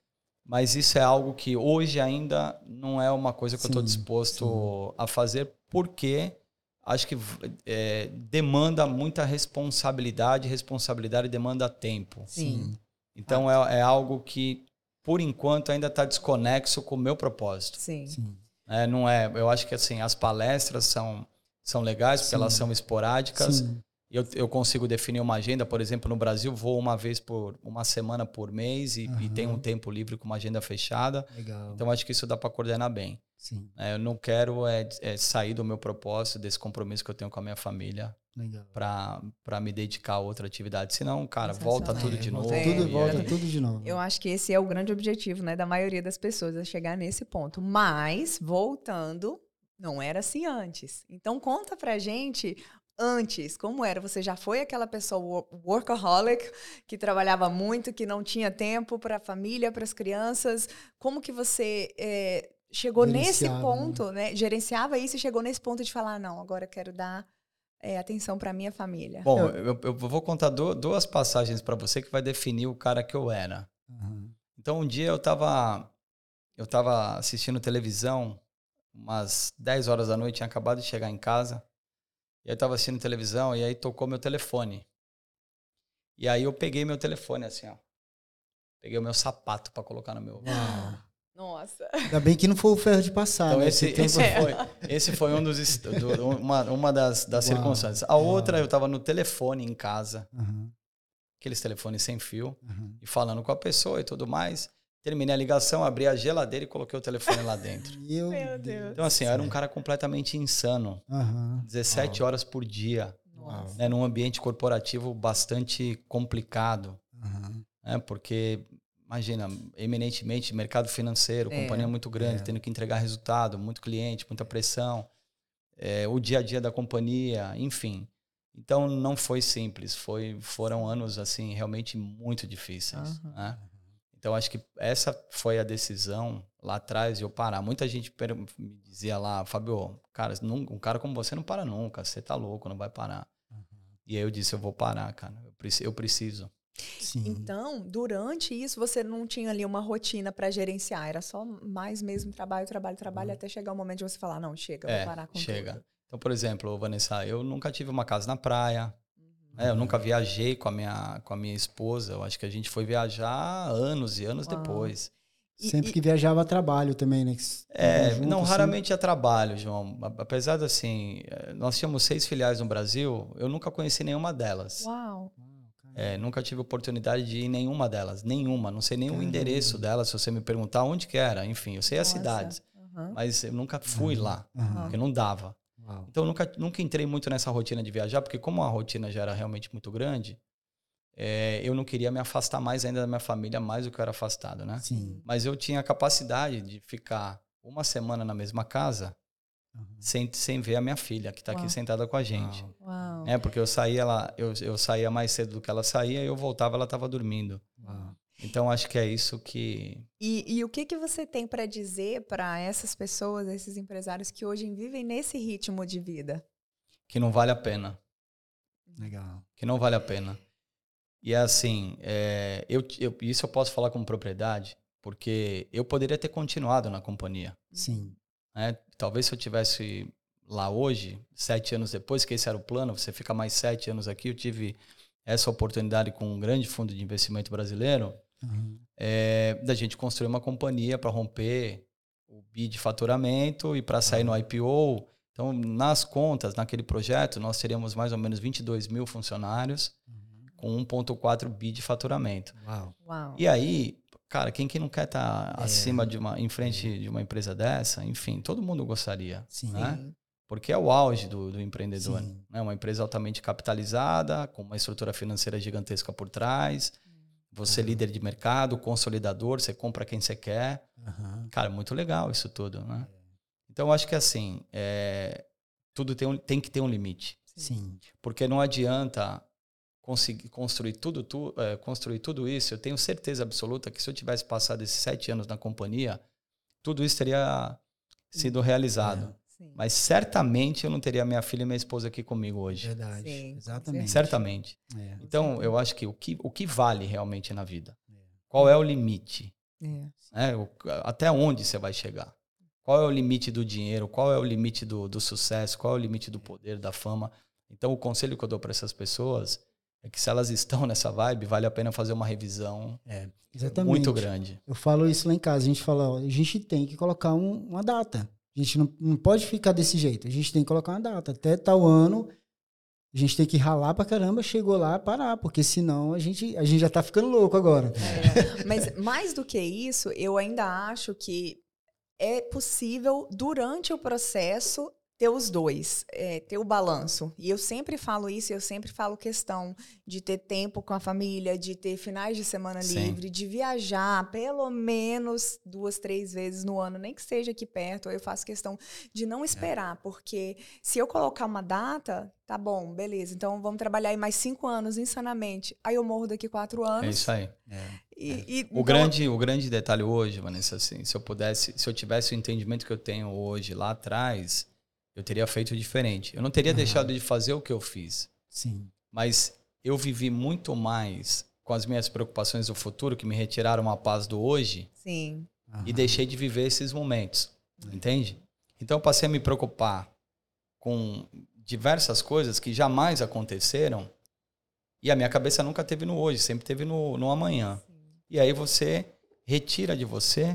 [SPEAKER 3] Mas isso é algo que hoje ainda não é uma coisa que sim, eu estou disposto sim. a fazer, porque acho que é, demanda muita responsabilidade, responsabilidade demanda tempo.
[SPEAKER 2] Sim.
[SPEAKER 3] Então ah. é, é algo que, por enquanto, ainda está desconexo com o meu propósito.
[SPEAKER 2] Sim.
[SPEAKER 1] Sim.
[SPEAKER 3] É, não é, eu acho que assim, as palestras são, são legais, porque sim. elas são esporádicas. Sim. Eu, eu consigo definir uma agenda, por exemplo, no Brasil, vou uma vez por uma semana por mês e, uhum. e tenho um tempo livre com uma agenda fechada.
[SPEAKER 1] Legal.
[SPEAKER 3] Então, acho que isso dá para coordenar bem.
[SPEAKER 1] Sim.
[SPEAKER 3] É, eu não quero é, é sair do meu propósito, desse compromisso que eu tenho com a minha família, para me dedicar a outra atividade. Senão, cara, volta tudo
[SPEAKER 1] é,
[SPEAKER 3] de
[SPEAKER 1] volta
[SPEAKER 3] novo.
[SPEAKER 1] Tudo, volta
[SPEAKER 3] aí...
[SPEAKER 1] tudo de novo.
[SPEAKER 2] Eu acho que esse é o grande objetivo, né, da maioria das pessoas, é chegar nesse ponto. Mas, voltando, não era assim antes. Então, conta pra gente... Antes, como era? Você já foi aquela pessoa workaholic, que trabalhava muito, que não tinha tempo para a família, para as crianças? Como que você é, chegou nesse ponto, né? né? Gerenciava isso e chegou nesse ponto de falar, não, agora eu quero dar é, atenção para a minha família.
[SPEAKER 3] Bom, eu, eu vou contar do, duas passagens para você que vai definir o cara que eu era.
[SPEAKER 1] Uhum.
[SPEAKER 3] Então, um dia eu estava eu tava assistindo televisão, umas dez horas da noite, tinha acabado de chegar em casa. E aí eu tava assistindo televisão e aí tocou meu telefone. E aí eu peguei meu telefone assim, ó. Peguei o meu sapato para colocar no meu...
[SPEAKER 2] Ah, nossa.
[SPEAKER 1] Ainda bem que não foi o ferro de passar,
[SPEAKER 3] então,
[SPEAKER 1] né?
[SPEAKER 3] Esse, esse, foi, esse foi um dos, do, uma, uma das, das circunstâncias. A outra, eu tava no telefone em casa.
[SPEAKER 1] Uhum.
[SPEAKER 3] Aqueles telefones sem fio.
[SPEAKER 1] Uhum.
[SPEAKER 3] E falando com a pessoa e tudo mais. Terminei a ligação, abri a geladeira e coloquei o telefone lá dentro.
[SPEAKER 1] Meu,
[SPEAKER 2] meu Deus.
[SPEAKER 3] Então, assim, eu era um cara completamente insano.
[SPEAKER 1] Uhum.
[SPEAKER 3] dezessete horas por dia.
[SPEAKER 2] Nossa.
[SPEAKER 3] Né, num ambiente corporativo bastante complicado.
[SPEAKER 1] Uhum.
[SPEAKER 3] Né, porque, imagina, eminentemente mercado financeiro,
[SPEAKER 2] é.
[SPEAKER 3] companhia muito grande,
[SPEAKER 1] é.
[SPEAKER 3] tendo que entregar resultado, muito cliente, muita pressão. É, o dia a dia da companhia, enfim. Então, não foi simples. Foi, foram anos, assim, realmente muito difíceis.
[SPEAKER 2] Uhum.
[SPEAKER 3] Né? Então, acho que essa foi a decisão lá atrás de eu parar. Muita gente me dizia lá, Fábio, cara, um cara como você não para nunca, você tá louco, não vai parar. Uhum. E aí eu disse, eu vou parar, cara, eu preciso. Eu preciso.
[SPEAKER 1] Sim.
[SPEAKER 2] Então, durante isso, você não tinha ali uma rotina para gerenciar, era só mais mesmo trabalho, trabalho, trabalho, uhum. até chegar o momento de você falar, não, chega, eu
[SPEAKER 3] é,
[SPEAKER 2] vou parar com
[SPEAKER 3] chega.
[SPEAKER 2] tudo.
[SPEAKER 3] Então, por exemplo, Vanessa, eu nunca tive uma casa na praia. É, eu nunca viajei com a, minha, com a minha esposa. Eu acho que a gente foi viajar anos e anos Uau. depois.
[SPEAKER 1] Sempre
[SPEAKER 2] e,
[SPEAKER 1] que viajava a trabalho também, né?
[SPEAKER 3] É,
[SPEAKER 1] junto,
[SPEAKER 3] não,
[SPEAKER 1] assim.
[SPEAKER 3] raramente a trabalho, João. Apesar de, assim, nós tínhamos seis filiais no Brasil, eu nunca conheci nenhuma delas.
[SPEAKER 2] Uau!
[SPEAKER 3] É, nunca tive oportunidade de ir em nenhuma delas. Nenhuma. Não sei nem Caramba. o endereço delas, se você me perguntar onde que era. Enfim, eu sei Nossa. as cidades. Uhum. Mas eu nunca fui uhum. lá, uhum. porque não dava.
[SPEAKER 1] Uau.
[SPEAKER 3] Então, eu nunca, nunca entrei muito nessa rotina de viajar, porque como a rotina já era realmente muito grande, é, eu não queria me afastar mais ainda da minha família, mais do que eu era afastado, né?
[SPEAKER 1] Sim.
[SPEAKER 3] Mas eu tinha a capacidade de ficar uma semana na mesma casa uhum. sem, sem ver a minha filha, que está aqui sentada com a gente.
[SPEAKER 2] Uau.
[SPEAKER 3] É, porque eu saía, ela, eu, eu saía mais cedo do que ela saía e eu voltava, ela estava dormindo.
[SPEAKER 1] Uau.
[SPEAKER 3] Então, acho que é isso que...
[SPEAKER 2] E, e o que, que você tem para dizer para essas pessoas, esses empresários que hoje vivem nesse ritmo de vida?
[SPEAKER 3] Que não vale a pena.
[SPEAKER 1] Legal.
[SPEAKER 3] Que não vale a pena. E é assim, é, eu, eu, isso eu posso falar com propriedade, porque eu poderia ter continuado na companhia.
[SPEAKER 1] Sim.
[SPEAKER 3] Né? Talvez se eu tivesse lá hoje, sete anos depois, que esse era o plano, você fica mais sete anos aqui, eu tive essa oportunidade com um grande fundo de investimento brasileiro, uhum. é, da gente construir uma companhia para romper o B I de faturamento e para sair uhum. no I P O. Então, nas contas, naquele projeto, nós teríamos mais ou menos vinte e dois mil funcionários uhum. com um vírgula quatro bi de faturamento.
[SPEAKER 1] Uau.
[SPEAKER 2] Uau.
[SPEAKER 3] E aí, cara, quem que não quer estar tá
[SPEAKER 1] é.
[SPEAKER 3] acima de uma, em frente é. de uma empresa dessa? Enfim, todo mundo gostaria.
[SPEAKER 1] Sim.
[SPEAKER 3] Né?
[SPEAKER 2] Sim.
[SPEAKER 3] Porque é o auge do, do empreendedor.
[SPEAKER 1] Sim.
[SPEAKER 3] Né? Uma empresa altamente capitalizada, com uma estrutura financeira gigantesca por trás. Você uhum. líder de mercado, consolidador, você compra quem você quer.
[SPEAKER 1] Uhum.
[SPEAKER 3] Cara, muito legal isso tudo, né? É. Então, eu acho que assim, é, tudo tem, um, tem que ter um limite.
[SPEAKER 1] Sim.
[SPEAKER 3] Porque não adianta conseguir construir tudo, tu, é, construir tudo isso. Eu tenho certeza absoluta que se eu tivesse passado esses sete anos na companhia, tudo isso teria sido realizado.
[SPEAKER 1] É.
[SPEAKER 3] Mas certamente eu não teria minha filha e minha esposa aqui comigo hoje.
[SPEAKER 1] Verdade,
[SPEAKER 2] Sim,
[SPEAKER 1] exatamente.
[SPEAKER 3] Certamente.
[SPEAKER 1] É.
[SPEAKER 3] Então, eu acho que o, que o que vale realmente na vida? É. Qual é o limite?
[SPEAKER 2] É.
[SPEAKER 3] É, o, até onde você vai chegar? Qual é o limite do dinheiro? Qual é o limite do, do sucesso? Qual é o limite do poder, da fama? Então, o conselho que eu dou para essas pessoas é que se elas estão nessa vibe, vale a pena fazer uma revisão
[SPEAKER 1] É, exatamente.
[SPEAKER 3] muito grande.
[SPEAKER 1] Eu falo isso lá em casa. A gente fala, ó, a gente tem que colocar um, uma data. A gente não, não pode ficar desse jeito. A gente tem que colocar uma data. Até tal ano, a gente tem que ralar pra caramba, chegou lá, parar. Porque senão a gente, a gente já tá ficando louco agora.
[SPEAKER 2] É, mas mais do que isso, eu ainda acho que é possível, durante o processo, ter os dois, é, ter o balanço. E eu sempre falo isso, eu sempre falo questão de ter tempo com a família, de ter finais de semana
[SPEAKER 3] Sim.
[SPEAKER 2] livre, de viajar pelo menos duas, três vezes no ano, nem que seja aqui perto. Eu faço questão de não esperar, é. porque se eu colocar uma data, tá bom, beleza, então vamos trabalhar aí mais cinco anos insanamente. Aí eu morro daqui quatro anos.
[SPEAKER 3] É isso aí.
[SPEAKER 1] É.
[SPEAKER 2] E, e,
[SPEAKER 3] O,
[SPEAKER 2] então...
[SPEAKER 3] grande, o grande detalhe hoje, Vanessa, assim, se eu pudesse, se eu tivesse o entendimento que eu tenho hoje lá atrás, eu teria feito diferente. Eu não teria uhum. deixado de fazer o que eu fiz.
[SPEAKER 1] Sim.
[SPEAKER 3] Mas eu vivi muito mais com as minhas preocupações do futuro, que me retiraram a paz do hoje.
[SPEAKER 2] Sim.
[SPEAKER 3] Uhum. E deixei de viver esses momentos. Uhum. Entende? Então eu passei a me preocupar com diversas coisas que jamais aconteceram. E a minha cabeça nunca teve no hoje, sempre teve no, no amanhã. Sim. E aí você retira de você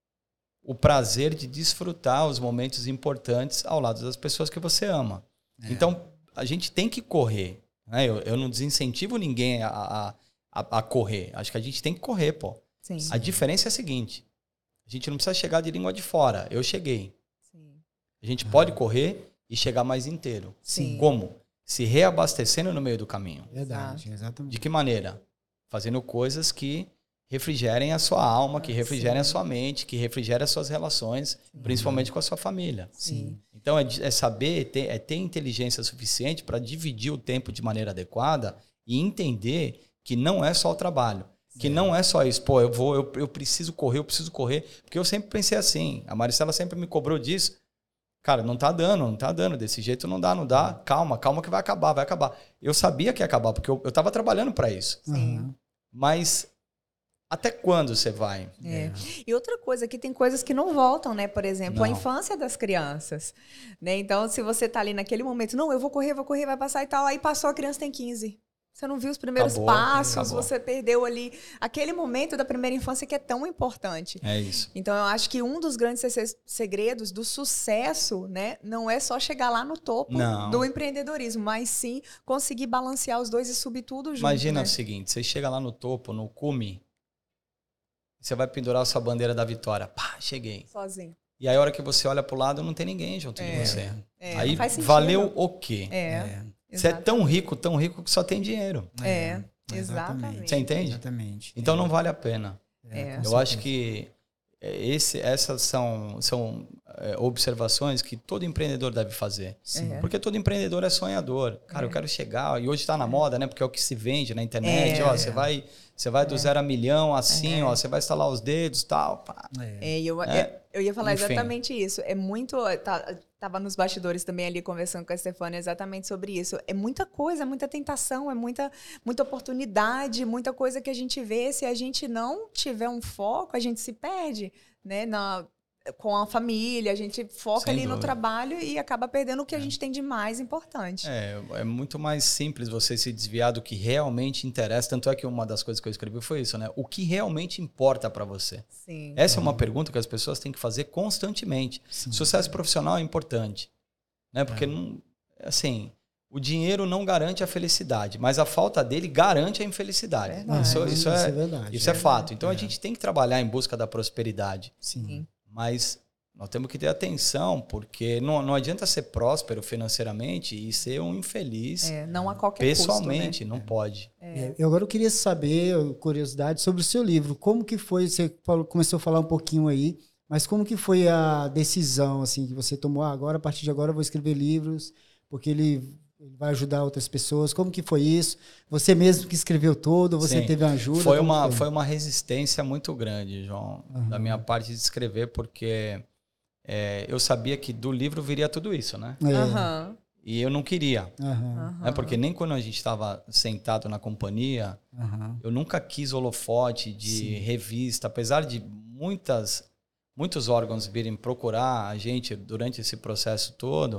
[SPEAKER 3] o prazer de desfrutar os momentos importantes ao lado das pessoas que você ama. É. Então, a gente tem que correr. Né? Eu, eu não desincentivo ninguém a, a, a, a correr. Acho que a gente tem que correr, pô.
[SPEAKER 2] Sim.
[SPEAKER 3] A diferença é a seguinte. A gente não precisa chegar de língua de fora. Eu cheguei. Sim. A gente ah. pode correr e chegar mais inteiro.
[SPEAKER 2] Sim.
[SPEAKER 3] Como? Se reabastecendo no meio do caminho.
[SPEAKER 1] Verdade, exatamente.
[SPEAKER 3] De que maneira? Fazendo coisas que refrigerem a sua alma, que refrigerem Sim. a sua mente, que refrigerem as suas relações, Sim. principalmente com a sua família.
[SPEAKER 1] Sim.
[SPEAKER 3] Então, é, é saber, ter, é ter inteligência suficiente para dividir o tempo de maneira adequada e entender que não é só o trabalho. Sim. Que não é só isso. Pô, eu, vou, eu, eu preciso correr, eu preciso correr. Porque eu sempre pensei assim. A Maricela sempre me cobrou disso. Cara, não tá dando, não tá dando. Desse jeito não dá, não dá. Calma, calma que vai acabar, vai acabar. Eu sabia que ia acabar, porque eu, eu tava trabalhando para isso.
[SPEAKER 2] Sim.
[SPEAKER 3] Mas... até quando você vai?
[SPEAKER 2] É. E outra coisa, que tem coisas que não voltam, né? Por exemplo, não. a infância das crianças. Né? Então, se você tá ali naquele momento, não, eu vou correr, vou correr, vai passar e tal, aí passou, a criança tem quinze. Você não viu os primeiros acabou, passos, acabou. Você perdeu ali aquele momento da primeira infância que é tão importante.
[SPEAKER 3] É isso.
[SPEAKER 2] Então, eu acho que um dos grandes segredos do sucesso, né, não é só chegar lá no topo não. do empreendedorismo, mas sim conseguir balancear os dois e subir tudo junto.
[SPEAKER 3] Imagina
[SPEAKER 2] né?
[SPEAKER 3] o seguinte, você chega lá no topo, no cume, você vai pendurar a sua bandeira da vitória. Pá, cheguei.
[SPEAKER 2] Sozinho.
[SPEAKER 3] E aí, a hora que você olha pro lado, não tem ninguém junto
[SPEAKER 2] é.
[SPEAKER 3] de você.
[SPEAKER 2] É.
[SPEAKER 3] Aí, valeu o quê?
[SPEAKER 2] É.
[SPEAKER 1] é.
[SPEAKER 3] Você é tão rico, tão rico que só tem dinheiro.
[SPEAKER 2] É, é. exatamente.
[SPEAKER 3] Você entende?
[SPEAKER 1] Exatamente.
[SPEAKER 3] Então,
[SPEAKER 1] é.
[SPEAKER 3] não vale a pena.
[SPEAKER 2] É.
[SPEAKER 3] Eu acho que esse, essas são, são é, observações que todo empreendedor deve fazer.
[SPEAKER 2] Sim.
[SPEAKER 3] Porque todo empreendedor é sonhador. Cara, é. eu quero chegar... E hoje está na
[SPEAKER 2] é.
[SPEAKER 3] moda, né? Porque é o que se vende na internet.
[SPEAKER 2] É.
[SPEAKER 3] Ó, você vai, você vai do
[SPEAKER 2] é.
[SPEAKER 3] zero a milhão, assim,
[SPEAKER 2] é.
[SPEAKER 3] ó. Você vai estalar os dedos e tal. Pá.
[SPEAKER 2] É, eu, é. eu ia falar Enfim. exatamente isso. É muito... Tá, tava nos bastidores também ali conversando com a Stefania exatamente sobre isso. É muita coisa, é muita tentação, é muita, muita oportunidade, muita coisa que a gente vê. Se a gente não tiver um foco, a gente se perde, né? Na, com a família, a gente foca Sem ali dúvida. no trabalho e acaba perdendo o que a gente tem de mais importante.
[SPEAKER 3] É, é muito mais simples você se desviar do que realmente interessa. Tanto é que uma das coisas que eu escrevi foi isso, né? O que realmente importa para você?
[SPEAKER 2] Sim.
[SPEAKER 3] Essa é uma pergunta que as pessoas têm que fazer constantemente.
[SPEAKER 1] Sim.
[SPEAKER 3] Sucesso profissional é importante, né? Porque é. não, assim, o dinheiro não garante a felicidade, mas a falta dele garante a infelicidade.
[SPEAKER 2] É
[SPEAKER 3] isso, isso,
[SPEAKER 1] isso
[SPEAKER 3] é,
[SPEAKER 1] é verdade.
[SPEAKER 3] Isso é,
[SPEAKER 1] é
[SPEAKER 3] fato. Então
[SPEAKER 1] é.
[SPEAKER 3] a gente tem que trabalhar em busca da prosperidade.
[SPEAKER 1] Sim.
[SPEAKER 3] Mas nós temos que ter atenção, porque não, não adianta ser próspero financeiramente e ser um infeliz
[SPEAKER 2] é, não a qualquer
[SPEAKER 3] pessoalmente,
[SPEAKER 2] custo, né?
[SPEAKER 3] não
[SPEAKER 2] é.
[SPEAKER 3] pode.
[SPEAKER 2] É.
[SPEAKER 1] Eu agora eu queria saber, curiosidade, sobre o seu livro. Como que foi, você falou, começou a falar um pouquinho aí, mas como que foi a decisão assim, que você tomou? Ah, agora, a partir de agora eu vou escrever livros, porque ele... ele vai ajudar outras pessoas. Como que foi isso? Você mesmo que escreveu todo, ou você
[SPEAKER 3] Sim.
[SPEAKER 1] teve ajuda?
[SPEAKER 3] Foi uma,
[SPEAKER 1] foi?
[SPEAKER 3] foi uma resistência muito grande, João, uhum. da minha parte de escrever, porque é, eu sabia que do livro viria tudo isso, né?
[SPEAKER 2] É. Uhum.
[SPEAKER 3] E eu não queria.
[SPEAKER 1] Uhum.
[SPEAKER 3] Né? Porque nem quando a gente estava sentado na companhia,
[SPEAKER 1] uhum.
[SPEAKER 3] eu nunca quis holofote de Sim. revista. Apesar de muitas, muitos órgãos virem procurar a gente durante esse processo todo,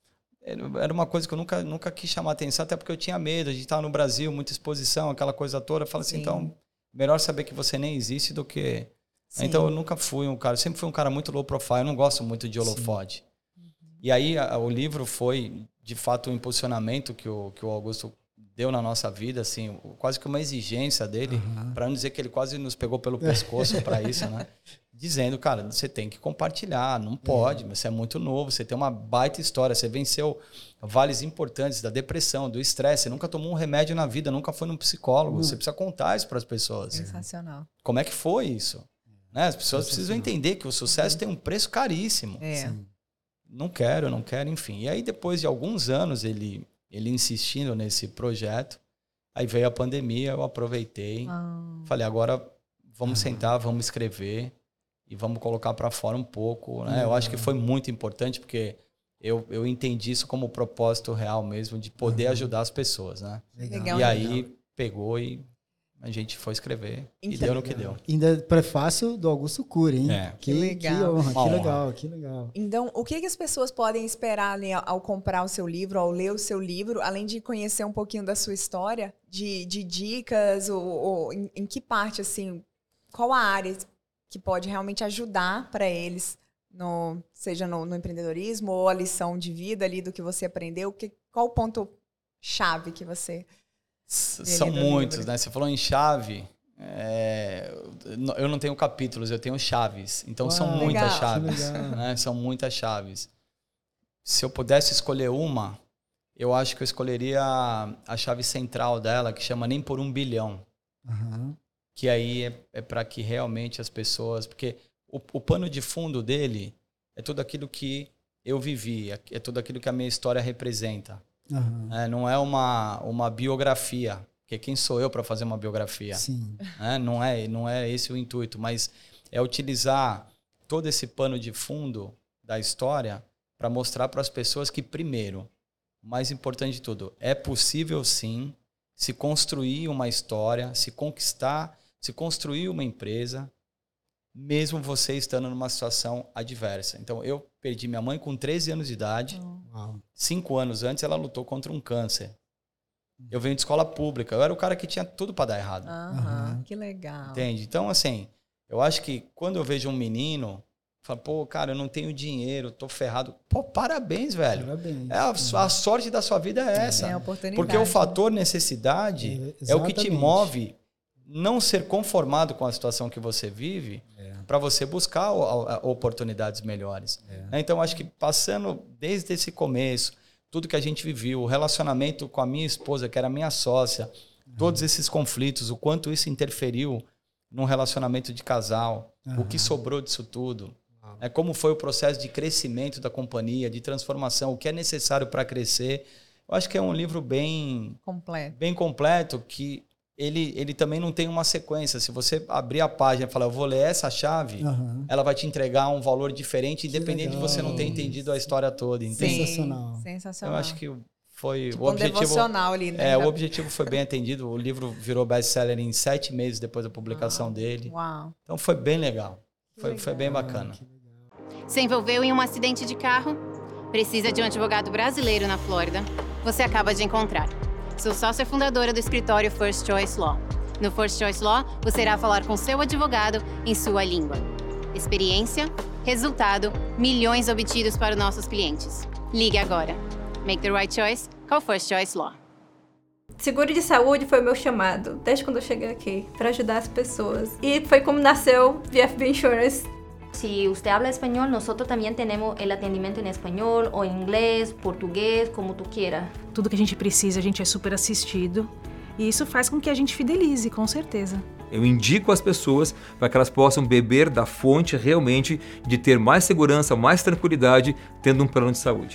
[SPEAKER 3] era uma coisa que eu nunca, nunca quis chamar atenção, até porque eu tinha medo. A gente estava no Brasil, muita exposição, aquela coisa toda. Eu falo assim, então, melhor saber que você nem existe do que... Sim. Então, eu nunca fui um cara... Eu sempre fui um cara muito low profile. Eu não gosto muito de holofote. Uhum. E aí, a, o livro foi... de fato, o impulsionamento que o, que o Augusto deu na nossa vida, assim, quase que uma exigência dele, uhum. para não dizer que ele quase nos pegou pelo pescoço para isso, né? Dizendo, cara, você tem que compartilhar, não pode, uhum. você é muito novo, você tem uma baita história, você venceu vales importantes da depressão, do estresse, você nunca tomou um remédio na vida, nunca foi num psicólogo, uhum. você precisa contar isso para as pessoas.
[SPEAKER 2] Sensacional.
[SPEAKER 3] Como é que foi isso? Né? As pessoas precisam entender que o sucesso uhum. tem um preço caríssimo.
[SPEAKER 2] É.
[SPEAKER 3] Sim. Não quero, não quero, enfim. E aí, depois de alguns anos, ele, ele insistindo nesse projeto, aí veio a pandemia, eu aproveitei. Ah. Falei, agora vamos ah. sentar, vamos escrever e vamos colocar para fora um pouco. Né? Eu acho que foi muito importante, porque eu, eu entendi isso como propósito real mesmo, de poder ah. ajudar as pessoas. Né?
[SPEAKER 2] Legal.
[SPEAKER 3] E aí, legal. Pegou e... a gente foi escrever e deu no que deu.
[SPEAKER 1] Ainda prefácio do Augusto Cury, hein?
[SPEAKER 3] É.
[SPEAKER 1] Que, que legal. Que honra, que legal, que legal.
[SPEAKER 2] Então, o que, que as pessoas podem esperar ali ao, ao comprar o seu livro, ao ler o seu livro, além de conhecer um pouquinho da sua história, de, de dicas, ou, ou em, em que parte, assim, qual a área que pode realmente ajudar para eles, no, seja no, no empreendedorismo ou a lição de vida ali do que você aprendeu? Que, qual o ponto-chave que você...
[SPEAKER 3] São muitos, livro. Né? Você falou em chave, é... eu não tenho capítulos, eu tenho chaves. Então, Uau, são muitas legal. chaves. Né? São muitas chaves. Se eu pudesse escolher uma, eu acho que eu escolheria a chave central dela, que chama Nem por um Bilhão. Uhum. Que aí é, é para que realmente as pessoas... Porque o, o pano de fundo dele é tudo aquilo que eu vivi, é tudo aquilo que a minha história representa. Uhum. É, não é uma, uma biografia, porque quem sou eu para fazer uma biografia?
[SPEAKER 1] Sim.
[SPEAKER 3] É, não, é, não é esse o intuito, mas é utilizar todo esse pano de fundo da história para mostrar para as pessoas que, primeiro, o mais importante de tudo, é possível sim se construir uma história, se conquistar, se construir uma empresa, mesmo você estando numa situação adversa. Então, eu perdi minha mãe com treze anos de idade.
[SPEAKER 1] Uau.
[SPEAKER 3] Cinco anos antes, ela lutou contra um câncer. Eu venho de escola pública. Eu era o cara que tinha tudo para dar errado.
[SPEAKER 2] Uhum. Uhum. Que legal.
[SPEAKER 3] Entende? Então, assim, eu acho que quando eu vejo um menino, eu falo, pô, cara, eu não tenho dinheiro, tô ferrado. Pô, parabéns, velho.
[SPEAKER 1] Parabéns.
[SPEAKER 3] É a, a sorte da sua vida é essa.
[SPEAKER 2] É a oportunidade.
[SPEAKER 3] Porque o fator necessidade é, é o que te move não ser conformado com a situação que você vive, é. para você buscar a, a, oportunidades melhores. É. Então, acho que passando desde esse começo, tudo que a gente viveu, o relacionamento com a minha esposa, que era minha sócia, uhum. todos esses conflitos, o quanto isso interferiu num relacionamento de casal, uhum. o que sobrou disso tudo, uhum. é, como foi o processo de crescimento da companhia, de transformação, o que é necessário para crescer. Eu acho que é um livro bem
[SPEAKER 2] completo,
[SPEAKER 3] bem completo que Ele, ele também não tem uma sequência. Se você abrir a página e falar, eu vou ler essa chave, uhum. ela vai te entregar um valor diferente, independente de você não ter entendido a história toda. Entende?
[SPEAKER 1] Sensacional.
[SPEAKER 2] Sensacional.
[SPEAKER 3] Eu acho que foi
[SPEAKER 2] tipo
[SPEAKER 3] o objetivo.
[SPEAKER 2] Um devocional ali, né?
[SPEAKER 3] É, o objetivo foi bem atendido. O livro virou best-seller em sete meses depois da publicação
[SPEAKER 2] Uau.
[SPEAKER 3] dele.
[SPEAKER 2] Uau.
[SPEAKER 3] Então foi bem legal. Foi,
[SPEAKER 2] legal.
[SPEAKER 3] foi bem bacana.
[SPEAKER 4] Se envolveu em um acidente de carro? Precisa de um advogado brasileiro na Flórida? Você acaba de encontrar. Sou sócia fundadora do escritório First Choice Law. No First Choice Law, você irá falar com seu advogado em sua língua. Experiência, resultado, milhões obtidos para nossos clientes. Ligue agora. Make the right choice. Call First Choice Law.
[SPEAKER 5] Seguro de saúde foi o meu chamado, desde quando eu cheguei aqui, para ajudar as pessoas. E foi como nasceu V F B Insurance.
[SPEAKER 6] Si usted habla español, nosotros también tenemos el atendimiento en español o en inglés, português, como tu quieras.
[SPEAKER 7] Tudo que a gente precisa, a gente é super assistido. E isso faz com que a gente fidelize, com certeza.
[SPEAKER 8] Eu indico as pessoas para que elas possam beber da fonte realmente de ter mais segurança, mais tranquilidade, tendo um plano de saúde.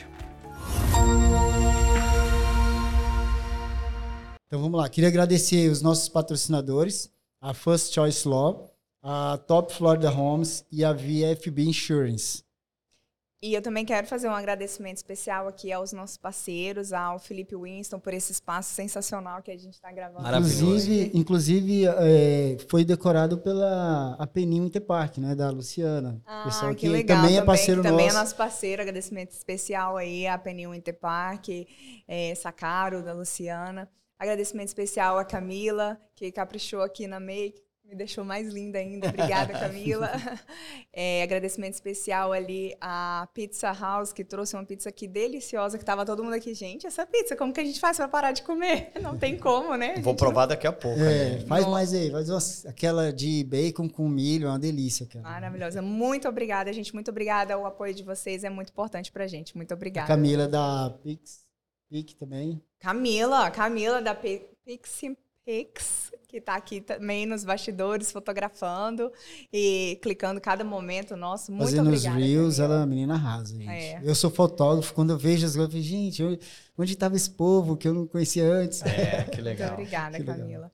[SPEAKER 1] Então vamos lá, queria agradecer os nossos patrocinadores, a First Choice Law, a Top Florida Homes e a V F B Insurance.
[SPEAKER 2] E eu também quero fazer um agradecimento especial aqui aos nossos parceiros, ao Felipe Winston, por esse espaço sensacional que a gente está gravando.
[SPEAKER 1] Inclusive, inclusive é, foi decorado pela Apeninho Interpark, né, da Luciana.
[SPEAKER 2] Ah,
[SPEAKER 1] pessoal
[SPEAKER 2] que,
[SPEAKER 1] que
[SPEAKER 2] legal.
[SPEAKER 1] também é
[SPEAKER 2] também,
[SPEAKER 1] parceiro
[SPEAKER 2] que
[SPEAKER 1] nosso.
[SPEAKER 2] Também é nosso parceiro, agradecimento especial aí à Apeninho Interpark, é, Sacaro, da Luciana. Agradecimento especial à Camila, que caprichou aqui na make. Me deixou mais linda ainda. Obrigada, Camila. É, agradecimento especial ali à Pizza House, que trouxe uma pizza aqui deliciosa, que tava todo mundo aqui. Gente, essa pizza, como que a gente faz para parar de comer? Não tem como, né?
[SPEAKER 3] Vou provar não... daqui a pouco.
[SPEAKER 1] É, faz Nossa. mais aí. Faz uma, aquela de bacon com milho, é uma delícia, cara.
[SPEAKER 2] Maravilhosa. Muito obrigada, gente. Muito obrigada. O apoio de vocês é muito importante pra gente. Muito obrigada.
[SPEAKER 1] A Camila da Pix, Pix também.
[SPEAKER 2] Camila, Camila da Pix, Pix, que está aqui também nos bastidores, fotografando e clicando cada momento. Nossa, muito
[SPEAKER 1] Fazendo
[SPEAKER 2] obrigada.
[SPEAKER 1] Fazendo os reels,
[SPEAKER 2] Camila.
[SPEAKER 1] ela é uma menina arrasa, gente.
[SPEAKER 2] É.
[SPEAKER 1] Eu sou fotógrafo, quando eu vejo as coisas, eu falo, gente, eu, onde estava esse povo que eu não conhecia antes?
[SPEAKER 3] É, que legal.
[SPEAKER 2] Muito obrigada,
[SPEAKER 1] que
[SPEAKER 2] Camila.
[SPEAKER 1] Legal.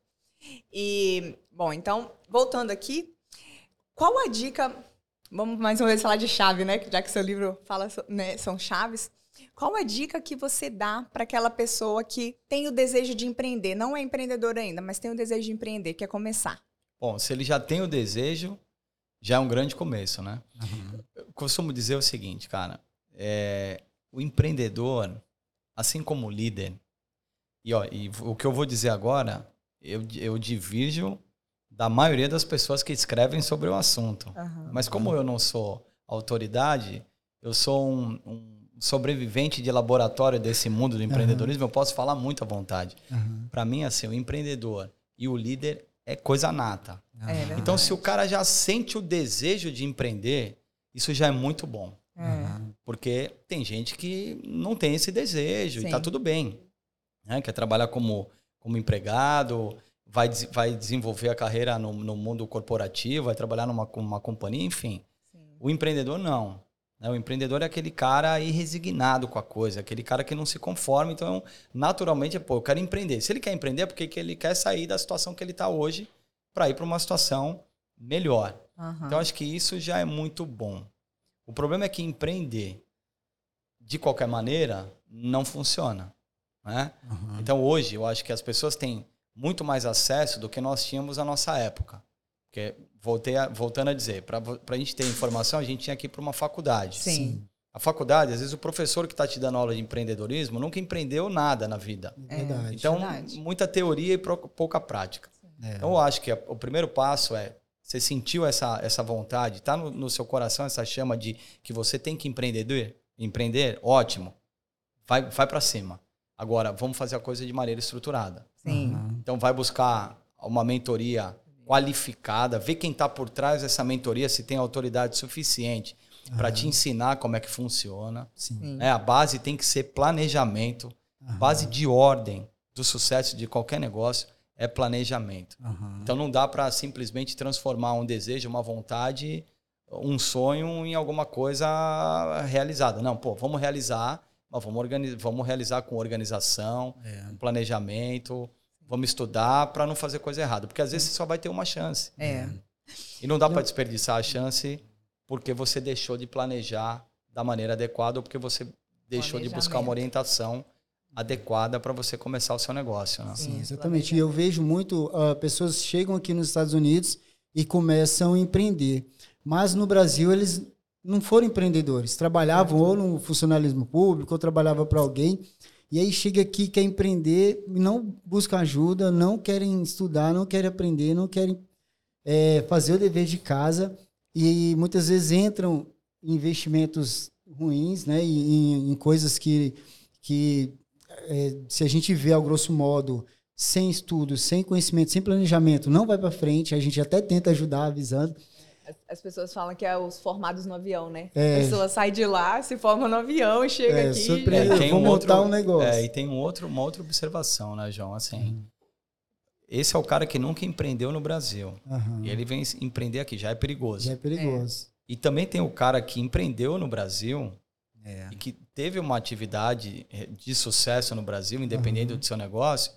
[SPEAKER 2] E, bom, então, voltando aqui, qual a dica... Vamos mais uma vez falar de chave, né? Já que seu livro fala, né, são chaves. Qual a dica que você dá para aquela pessoa que tem o desejo de empreender? Não é empreendedor ainda, mas tem o desejo de empreender, quer começar.
[SPEAKER 3] Bom, se ele já tem o desejo, já é um grande começo, né? Uhum. Eu costumo dizer o seguinte, cara. É, o empreendedor, assim como o líder... E, ó, e o que eu vou dizer agora, eu, eu divirjo da maioria das pessoas que escrevem sobre o assunto. Uhum. Mas como eu não sou autoridade, eu sou um... um sobrevivente de laboratório desse mundo do empreendedorismo, uhum. eu posso falar muito à vontade. Uhum. Para mim, assim, o empreendedor e o líder é coisa nata.
[SPEAKER 2] É
[SPEAKER 3] então, se o cara já sente o desejo de empreender, isso já é muito bom.
[SPEAKER 2] Uhum.
[SPEAKER 3] Porque tem gente que não tem esse desejo. Sim. E tá tudo bem. Né? Quer trabalhar como, como empregado, vai, vai desenvolver a carreira no, no mundo corporativo, vai trabalhar numa uma companhia, enfim. Sim. O empreendedor, não. O empreendedor é aquele cara irresignado com a coisa, aquele cara que não se conforma. Então, naturalmente, pô, eu quero empreender. Se ele quer empreender, é porque ele quer sair da situação que ele está hoje para ir para uma situação melhor. Uhum. Então, acho que isso já é muito bom. O problema é que empreender, de qualquer maneira, não funciona. Né? Uhum. Então, hoje, eu acho que as pessoas têm muito mais acesso do que nós tínhamos na nossa época. Porque, voltei a, voltando a dizer, para a gente ter informação, a gente tinha que ir para uma faculdade.
[SPEAKER 2] Sim.
[SPEAKER 3] A faculdade, às vezes o professor que está te dando aula de empreendedorismo nunca empreendeu nada na vida.
[SPEAKER 1] É verdade.
[SPEAKER 3] Então,
[SPEAKER 2] verdade.
[SPEAKER 3] muita teoria e pouca prática.
[SPEAKER 1] É.
[SPEAKER 3] Então, eu acho que o primeiro passo é, você sentiu essa, essa vontade, está no, no seu coração essa chama de que você tem que empreender, empreender, ótimo, vai, vai para cima. Agora, vamos fazer a coisa de maneira estruturada.
[SPEAKER 2] Sim.
[SPEAKER 1] Uhum.
[SPEAKER 3] Então, vai buscar uma mentoria qualificada, ver quem está por trás dessa mentoria, se tem autoridade suficiente uhum. para te ensinar como é que funciona.
[SPEAKER 1] Sim.
[SPEAKER 3] É, a base tem que ser planejamento. Uhum. Base de ordem do sucesso de qualquer negócio é planejamento.
[SPEAKER 1] Uhum.
[SPEAKER 3] Então não dá para simplesmente transformar um desejo, uma vontade, um sonho em alguma coisa realizada. Não, pô, vamos realizar, mas vamos, organizar, vamos realizar com organização,
[SPEAKER 1] é.
[SPEAKER 3] com planejamento. Vamos estudar para não fazer coisa errada. Porque às vezes você só vai ter uma chance.
[SPEAKER 2] É.
[SPEAKER 3] E não dá para desperdiçar a chance porque você deixou de planejar da maneira adequada ou porque você deixou de buscar uma orientação adequada para você começar o seu negócio. Né?
[SPEAKER 1] Sim, exatamente. E eu vejo muito, uh, pessoas chegam aqui nos Estados Unidos e começam a empreender. Mas no Brasil eles não foram empreendedores. Trabalhavam ou no funcionalismo público ou trabalhavam para alguém. E aí chega aqui, quer empreender, não buscam ajuda, não querem estudar, não querem aprender, não querem é, fazer o dever de casa. E muitas vezes entram em investimentos ruins, né? E, em, em coisas que, que é, se a gente vê, ao grosso modo, sem estudo, sem conhecimento, sem planejamento, não vai para frente. A gente até tenta ajudar avisando.
[SPEAKER 2] As, as pessoas falam que é os formados no avião, né?
[SPEAKER 1] É.
[SPEAKER 2] A pessoa sai de lá, se forma no avião, chega
[SPEAKER 1] é,
[SPEAKER 2] aqui...
[SPEAKER 1] Surpresa,
[SPEAKER 3] é,
[SPEAKER 1] vou
[SPEAKER 3] um
[SPEAKER 1] montar
[SPEAKER 3] outro,
[SPEAKER 1] um negócio.
[SPEAKER 3] É, e tem um outro, uma outra observação, né, João? Assim, uhum. Esse é o cara que nunca empreendeu no Brasil.
[SPEAKER 1] Uhum.
[SPEAKER 3] E ele vem empreender aqui, já é perigoso.
[SPEAKER 1] Já é perigoso.
[SPEAKER 3] É. E também tem o cara que empreendeu no Brasil
[SPEAKER 1] é.
[SPEAKER 3] e que teve uma atividade de sucesso no Brasil, independente uhum. do seu negócio,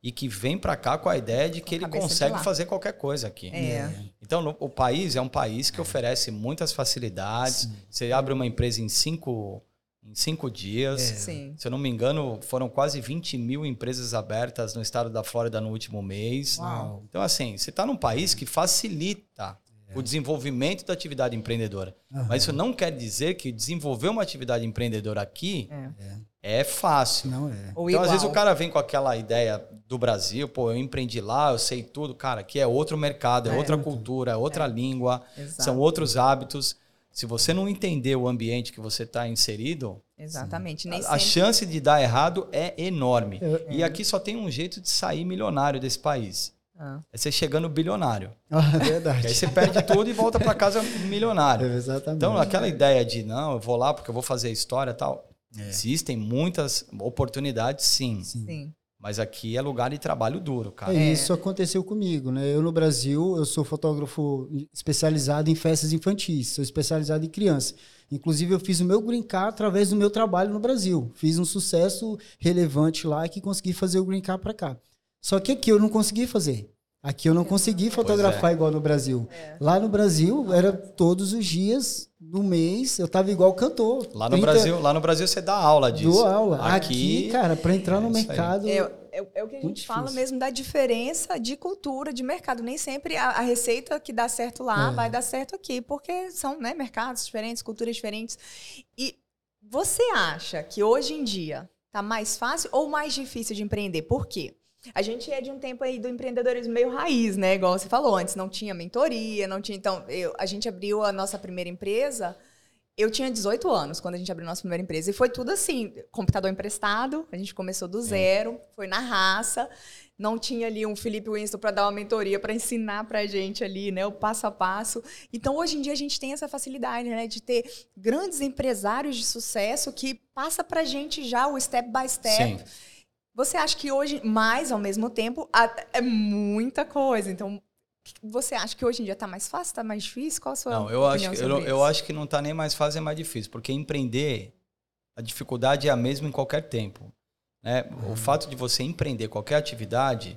[SPEAKER 3] e que vem para cá com a ideia de que ele consegue fazer qualquer coisa aqui.
[SPEAKER 2] É.
[SPEAKER 3] Então, no, o país é um país que oferece muitas facilidades. Sim. Você abre uma empresa em cinco, em cinco dias.
[SPEAKER 2] É. Sim.
[SPEAKER 3] Se eu não me engano, foram quase vinte mil empresas abertas no estado da Flórida no último mês.
[SPEAKER 2] Uau.
[SPEAKER 3] Então, assim, você está num país que facilita o desenvolvimento da atividade empreendedora. Uhum. Mas isso não quer dizer que desenvolver uma atividade empreendedora aqui é, é fácil.
[SPEAKER 1] Não é.
[SPEAKER 3] Ou então, igual. Às vezes, o cara vem com aquela ideia do Brasil, pô, eu empreendi lá, eu sei tudo. Cara, aqui é outro mercado, é, é outra cultura, é outra é. língua, Exato. São outros hábitos. Se você não entender o ambiente que você está inserido,
[SPEAKER 2] Exatamente. Nem
[SPEAKER 3] a,
[SPEAKER 2] sempre...
[SPEAKER 3] a chance de dar errado é enorme.
[SPEAKER 1] É.
[SPEAKER 3] E aqui só tem um jeito de sair milionário desse país. Ah. É você chegando bilionário.
[SPEAKER 1] Ah, é verdade.
[SPEAKER 3] Aí você perde tudo e volta para casa milionário.
[SPEAKER 1] É, exatamente.
[SPEAKER 3] Então, aquela ideia de, não, eu vou lá porque eu vou fazer história e tal. É. Existem muitas oportunidades, sim.
[SPEAKER 1] Sim.
[SPEAKER 2] sim.
[SPEAKER 3] Mas aqui é lugar de trabalho duro, cara.
[SPEAKER 1] É, isso aconteceu comigo, né? Eu no Brasil, eu sou fotógrafo especializado em festas infantis. Sou especializado em criança. Inclusive, eu fiz o meu Green Card através do meu trabalho no Brasil. Fiz um sucesso relevante lá que consegui fazer o Green Card para cá. Só que aqui eu não consegui fazer. Aqui eu não consegui fotografar é. igual no Brasil. É. Lá no Brasil, era todos os dias do mês, eu tava igual cantor.
[SPEAKER 3] Lá no, trinta... Brasil, lá no Brasil você dá aula disso.
[SPEAKER 1] Dou aula.
[SPEAKER 3] Aqui,
[SPEAKER 1] Aqui cara, para entrar é no mercado...
[SPEAKER 2] É, é, é o que a gente fala difícil. Mesmo da diferença de cultura, de mercado. Nem sempre a, a receita que dá certo lá é. vai dar certo aqui, porque são, né, mercados diferentes, culturas diferentes. E você acha que hoje em dia tá mais fácil ou mais difícil de empreender? Por quê? A gente é de um tempo aí do empreendedorismo meio raiz, né? Igual você falou antes, não tinha mentoria, não tinha... Então, eu, a gente abriu a nossa primeira empresa, eu tinha dezoito anos quando a gente abriu a nossa primeira empresa. E foi tudo assim, computador emprestado, a gente começou do zero, é. foi na raça. Não tinha ali um Felipe Winston para dar uma mentoria, para ensinar pra gente ali, né? O passo a passo. Então, hoje em dia, a gente tem essa facilidade, né? De ter grandes empresários de sucesso que passa pra gente já o step by step. Sim. Você acha que hoje, mais ao mesmo tempo, é muita coisa. Então, você acha que hoje em dia está mais fácil, está mais difícil? Qual a sua
[SPEAKER 3] não, eu
[SPEAKER 2] opinião
[SPEAKER 3] acho,
[SPEAKER 2] sobre
[SPEAKER 3] eu,
[SPEAKER 2] isso?
[SPEAKER 3] Eu acho que não está nem mais fácil, é mais difícil. Porque empreender, a dificuldade é a mesma em qualquer tempo. Né? Uhum. O fato de você empreender qualquer atividade,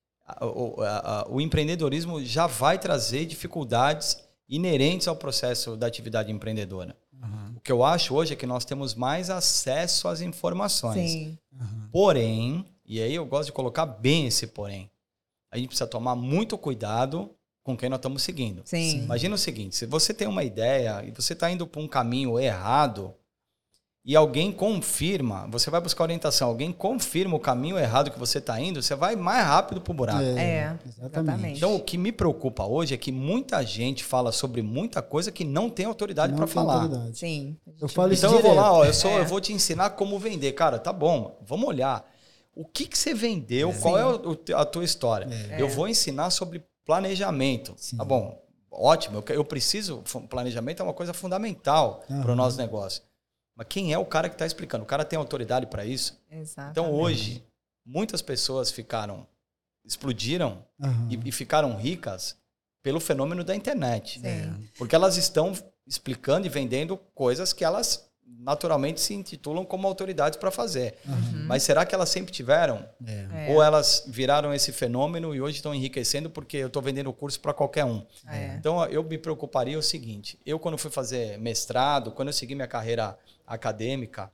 [SPEAKER 3] o, a, a, o empreendedorismo já vai trazer dificuldades inerentes ao processo da atividade empreendedora. Uhum. O que eu acho hoje é que nós temos mais acesso às informações.
[SPEAKER 2] Sim.
[SPEAKER 3] Uhum. Porém, e aí eu gosto de colocar bem esse porém, a gente precisa tomar muito cuidado com quem nós estamos seguindo.
[SPEAKER 2] Sim.
[SPEAKER 3] Imagina o seguinte, se você tem uma ideia e você está indo para um caminho errado e alguém confirma, você vai buscar orientação, alguém confirma o caminho errado que você está indo, você vai mais rápido para o buraco.
[SPEAKER 2] É, é, exatamente.
[SPEAKER 3] Então, o que me preocupa hoje é que muita gente fala sobre muita coisa que não tem autoridade para falar.
[SPEAKER 1] Autoridade.
[SPEAKER 2] Sim.
[SPEAKER 1] Eu falo isso
[SPEAKER 3] então,
[SPEAKER 1] direto.
[SPEAKER 3] eu vou lá, ó, eu, sou, é. eu vou te ensinar como vender. Cara, tá bom, vamos olhar. O que, que você vendeu? É. Qual Sim. é a tua história? É. Eu vou ensinar sobre planejamento. Sim. Tá bom, ótimo. Eu, eu preciso... Planejamento é uma coisa fundamental uhum. para o nosso negócio. Mas quem é o cara que está explicando? O cara tem autoridade para isso?
[SPEAKER 2] Exatamente.
[SPEAKER 3] Então, hoje, muitas pessoas ficaram, explodiram uhum. e, e ficaram ricas pelo fenômeno da internet.
[SPEAKER 2] Sim.
[SPEAKER 3] Porque elas estão explicando e vendendo coisas que elas naturalmente se intitulam como autoridades para fazer. Uhum. Mas será que elas sempre tiveram?
[SPEAKER 1] É.
[SPEAKER 3] Ou elas viraram esse fenômeno e hoje estão enriquecendo porque eu estou vendendo o curso para qualquer um?
[SPEAKER 2] É.
[SPEAKER 3] Então, eu me preocuparia o seguinte. Eu, quando fui fazer mestrado, quando eu segui minha carreira acadêmica,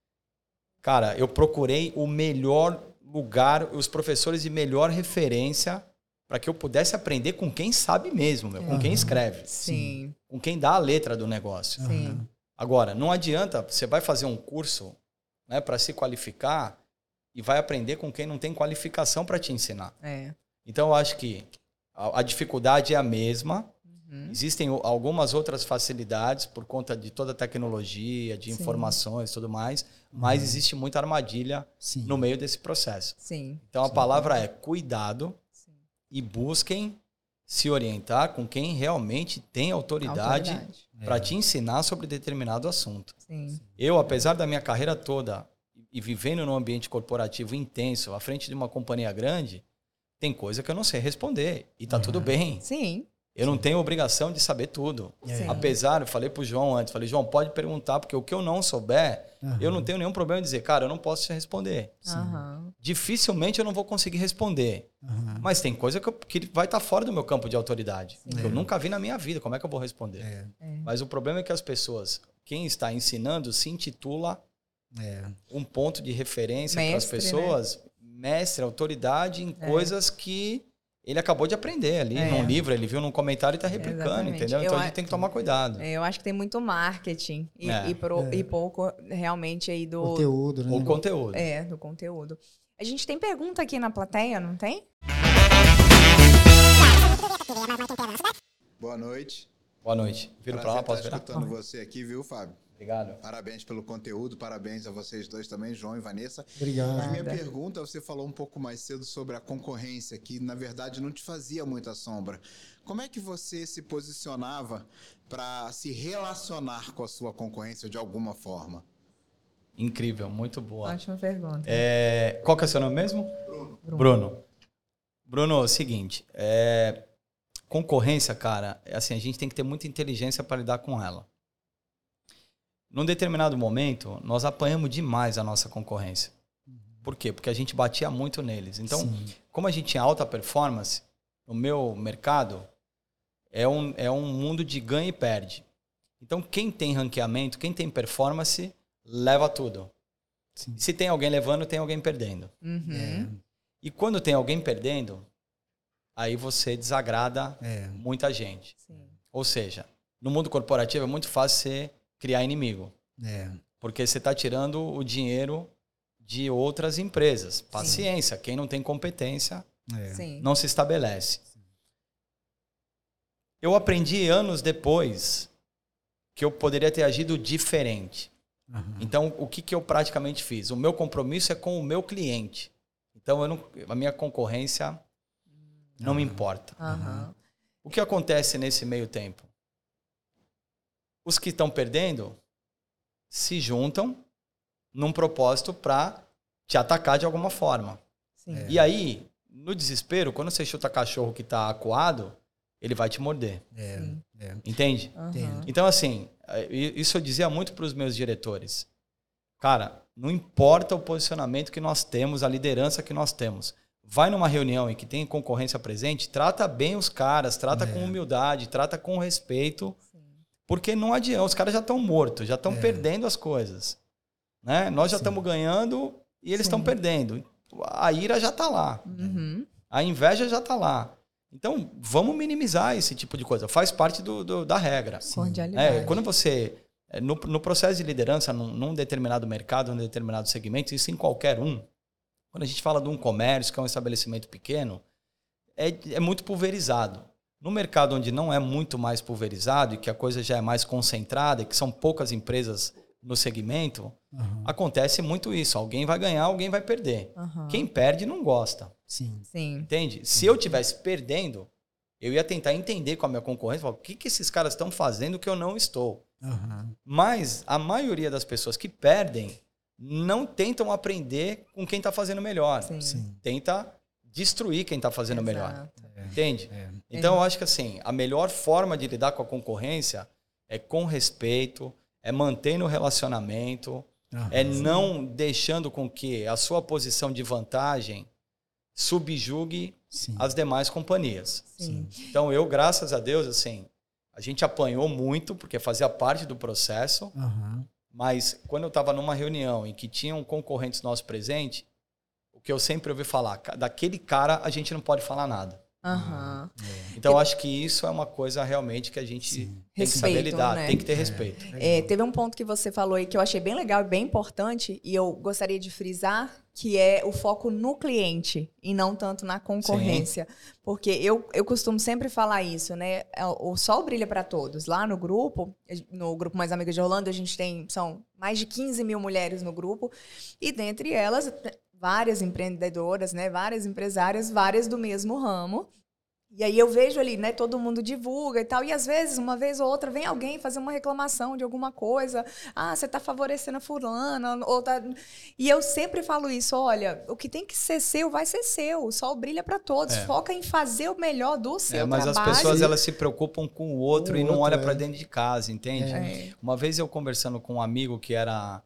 [SPEAKER 3] cara, eu procurei o melhor lugar, os professores de melhor referência para que eu pudesse aprender com quem sabe mesmo, meu, com uhum. quem escreve.
[SPEAKER 2] Sim.
[SPEAKER 3] Com quem dá a letra do negócio.
[SPEAKER 2] Sim.
[SPEAKER 3] Agora, não adianta, você vai fazer um curso, né, para se qualificar e vai aprender com quem não tem qualificação para te ensinar.
[SPEAKER 2] É.
[SPEAKER 3] Então, eu acho que a, a dificuldade é a mesma. Uhum. Existem algumas outras facilidades por conta de toda a tecnologia, de Sim. informações e tudo mais, mas uhum. existe muita armadilha Sim. no meio desse processo.
[SPEAKER 2] Sim.
[SPEAKER 3] Então, a
[SPEAKER 2] Sim.
[SPEAKER 3] palavra é cuidado
[SPEAKER 2] Sim.
[SPEAKER 3] e busquem se orientar com quem realmente tem autoridade, autoridade. para é. te ensinar sobre determinado assunto.
[SPEAKER 2] Sim.
[SPEAKER 3] Eu, apesar da minha carreira toda e vivendo num ambiente corporativo intenso, à frente de uma companhia grande, tem coisa que eu não sei responder. E tá uhum. tudo bem.
[SPEAKER 2] Sim.
[SPEAKER 3] Eu não tenho obrigação de saber tudo.
[SPEAKER 1] É.
[SPEAKER 3] Apesar, eu falei pro João antes, falei, João, pode perguntar, porque o que eu não souber, uhum. eu não tenho nenhum problema em dizer, cara, eu não posso te responder.
[SPEAKER 2] Uhum.
[SPEAKER 3] Dificilmente eu não vou conseguir responder. Uhum. Mas tem coisa que, eu, que vai estar fora do meu campo de autoridade. Que eu nunca vi na minha vida. Como é que eu vou responder? É. É. Mas o problema é que as pessoas, quem está ensinando, se intitula é. um ponto de referência para as pessoas, né? Mestre, autoridade em é. coisas que ele acabou de aprender ali é. num livro, ele viu num comentário e está replicando, Exatamente. entendeu? Então eu a gente tem que tomar cuidado.
[SPEAKER 2] Eu acho que tem muito marketing e, é. e, pro, é. e pouco realmente aí do...
[SPEAKER 1] Conteúdo, né?
[SPEAKER 3] O conteúdo.
[SPEAKER 2] É, do conteúdo. A gente tem pergunta aqui na plateia, não tem?
[SPEAKER 9] Boa noite.
[SPEAKER 3] Boa noite. Viro para lá, posso
[SPEAKER 9] virar? Estou escutando você aqui, viu, Fábio?
[SPEAKER 3] Obrigado.
[SPEAKER 9] Parabéns pelo conteúdo, parabéns a vocês dois também, João e Vanessa.
[SPEAKER 1] Obrigado.
[SPEAKER 9] A minha pergunta, você falou um pouco mais cedo sobre a concorrência, que na verdade não te fazia muita sombra. Como é que você se posicionava para se relacionar com a sua concorrência de alguma forma?
[SPEAKER 3] Incrível, muito boa.
[SPEAKER 2] Ótima pergunta.
[SPEAKER 3] É, qual que é o seu nome mesmo?
[SPEAKER 9] Bruno.
[SPEAKER 3] Bruno. Bruno, Bruno é o seguinte, é, concorrência, cara, é assim, a gente tem que ter muita inteligência para lidar com ela. Num determinado momento, nós apanhamos demais a nossa concorrência. Por quê? Porque a gente batia muito neles. Então, Sim. como a gente tinha alta performance, no meu mercado, é um, é um mundo de ganha e perde. Então, quem tem ranqueamento, quem tem performance, leva tudo. Sim. Se tem alguém levando, tem alguém perdendo.
[SPEAKER 2] Uhum. É.
[SPEAKER 3] E quando tem alguém perdendo, aí você desagrada é. muita gente.
[SPEAKER 2] Sim.
[SPEAKER 3] Ou seja, no mundo corporativo é muito fácil você criar inimigo.
[SPEAKER 1] É.
[SPEAKER 3] Porque você está tirando o dinheiro de outras empresas. Paciência. Sim. Quem não tem competência
[SPEAKER 2] é.
[SPEAKER 3] não se estabelece. Eu aprendi anos depois que eu poderia ter agido diferente. Uhum. Então, o que, que eu praticamente fiz? O meu compromisso é com o meu cliente. Então, eu não, a minha concorrência não uhum. me importa.
[SPEAKER 2] Uhum.
[SPEAKER 3] O que acontece nesse meio tempo? Os que estão perdendo se juntam num propósito para te atacar de alguma forma.
[SPEAKER 2] Sim. É.
[SPEAKER 3] E aí, no desespero, quando você chuta cachorro que está acuado, ele vai te morder.
[SPEAKER 1] É. É.
[SPEAKER 3] Entende?
[SPEAKER 2] Uhum.
[SPEAKER 3] Então, assim, isso eu dizia muito para os meus diretores. Cara, não importa o posicionamento que nós temos, a liderança que nós temos. Vai numa reunião em que tem concorrência presente, trata bem os caras, trata é. com humildade, trata com respeito. Porque não adianta, os caras já estão mortos, já estão é. perdendo as coisas. Né? Nós já estamos ganhando e eles estão perdendo. A ira já está lá.
[SPEAKER 2] Uhum.
[SPEAKER 3] A inveja já está lá. Então, vamos minimizar esse tipo de coisa. Faz parte do, do, da regra. É, quando você, no, no processo de liderança, num, num determinado mercado, num determinado segmento, isso em qualquer um, quando a gente fala de um comércio, que é um estabelecimento pequeno, é, é muito pulverizado. No mercado onde não é muito mais pulverizado e que a coisa já é mais concentrada, e que são poucas empresas no segmento, uhum. acontece muito isso. Alguém vai ganhar, alguém vai perder.
[SPEAKER 2] Uhum.
[SPEAKER 3] Quem perde não gosta.
[SPEAKER 1] Sim.
[SPEAKER 2] Sim.
[SPEAKER 3] Entende? Se eu estivesse perdendo, eu ia tentar entender com a minha concorrência, falar, o que, que esses caras estão fazendo que eu não estou.
[SPEAKER 1] Uhum.
[SPEAKER 3] Mas a maioria das pessoas que perdem não tentam aprender com quem está fazendo melhor.
[SPEAKER 2] Sim.
[SPEAKER 1] Sim.
[SPEAKER 3] Tenta destruir quem está fazendo
[SPEAKER 2] Exato.
[SPEAKER 3] melhor.
[SPEAKER 1] É.
[SPEAKER 3] Entende?
[SPEAKER 1] É.
[SPEAKER 3] Então, eu acho que assim, a melhor forma de lidar com a concorrência é com respeito, é mantendo o relacionamento, uhum. é não deixando com que a sua posição de vantagem subjugue
[SPEAKER 1] Sim.
[SPEAKER 3] as demais companhias.
[SPEAKER 2] Sim.
[SPEAKER 3] Então, eu, graças a Deus, assim, a gente apanhou muito, porque fazia parte do processo,
[SPEAKER 1] uhum.
[SPEAKER 3] mas quando eu estava numa reunião em que tinham concorrentes nossos presentes, o que eu sempre ouvi falar, daquele cara a gente não pode falar nada.
[SPEAKER 2] Uhum.
[SPEAKER 3] Então, acho que isso é uma coisa realmente que a gente Sim. tem
[SPEAKER 2] respeito,
[SPEAKER 3] que saber lidar,
[SPEAKER 2] né?
[SPEAKER 3] tem que ter respeito.
[SPEAKER 2] É, é, teve um ponto que você falou aí que eu achei bem legal e bem importante, e eu gostaria de frisar, que é o foco no cliente e não tanto na concorrência. Sim. Porque eu, eu costumo sempre falar isso, né? O sol brilha para todos. Lá no grupo, no grupo Mais Amigas de Orlando, a gente tem, são mais de quinze mil mulheres no grupo, e dentre elas, várias empreendedoras, né? Várias empresárias, várias do mesmo ramo. E aí eu vejo ali, né, todo mundo divulga e tal, e às vezes, uma vez ou outra, vem alguém fazer uma reclamação de alguma coisa, ah, você tá favorecendo a fulana, ou tá... E eu sempre falo isso, olha, o que tem que ser seu, vai ser seu, o sol brilha para todos,
[SPEAKER 3] É.
[SPEAKER 2] foca em fazer o melhor do seu
[SPEAKER 3] É, mas
[SPEAKER 2] trabalho.
[SPEAKER 3] as pessoas, elas se preocupam com o outro
[SPEAKER 1] Com
[SPEAKER 3] e
[SPEAKER 1] o
[SPEAKER 3] não
[SPEAKER 1] outro,
[SPEAKER 3] olham
[SPEAKER 1] é.
[SPEAKER 3] para dentro de casa, entende?
[SPEAKER 2] É.
[SPEAKER 3] Uma vez eu conversando com um amigo que era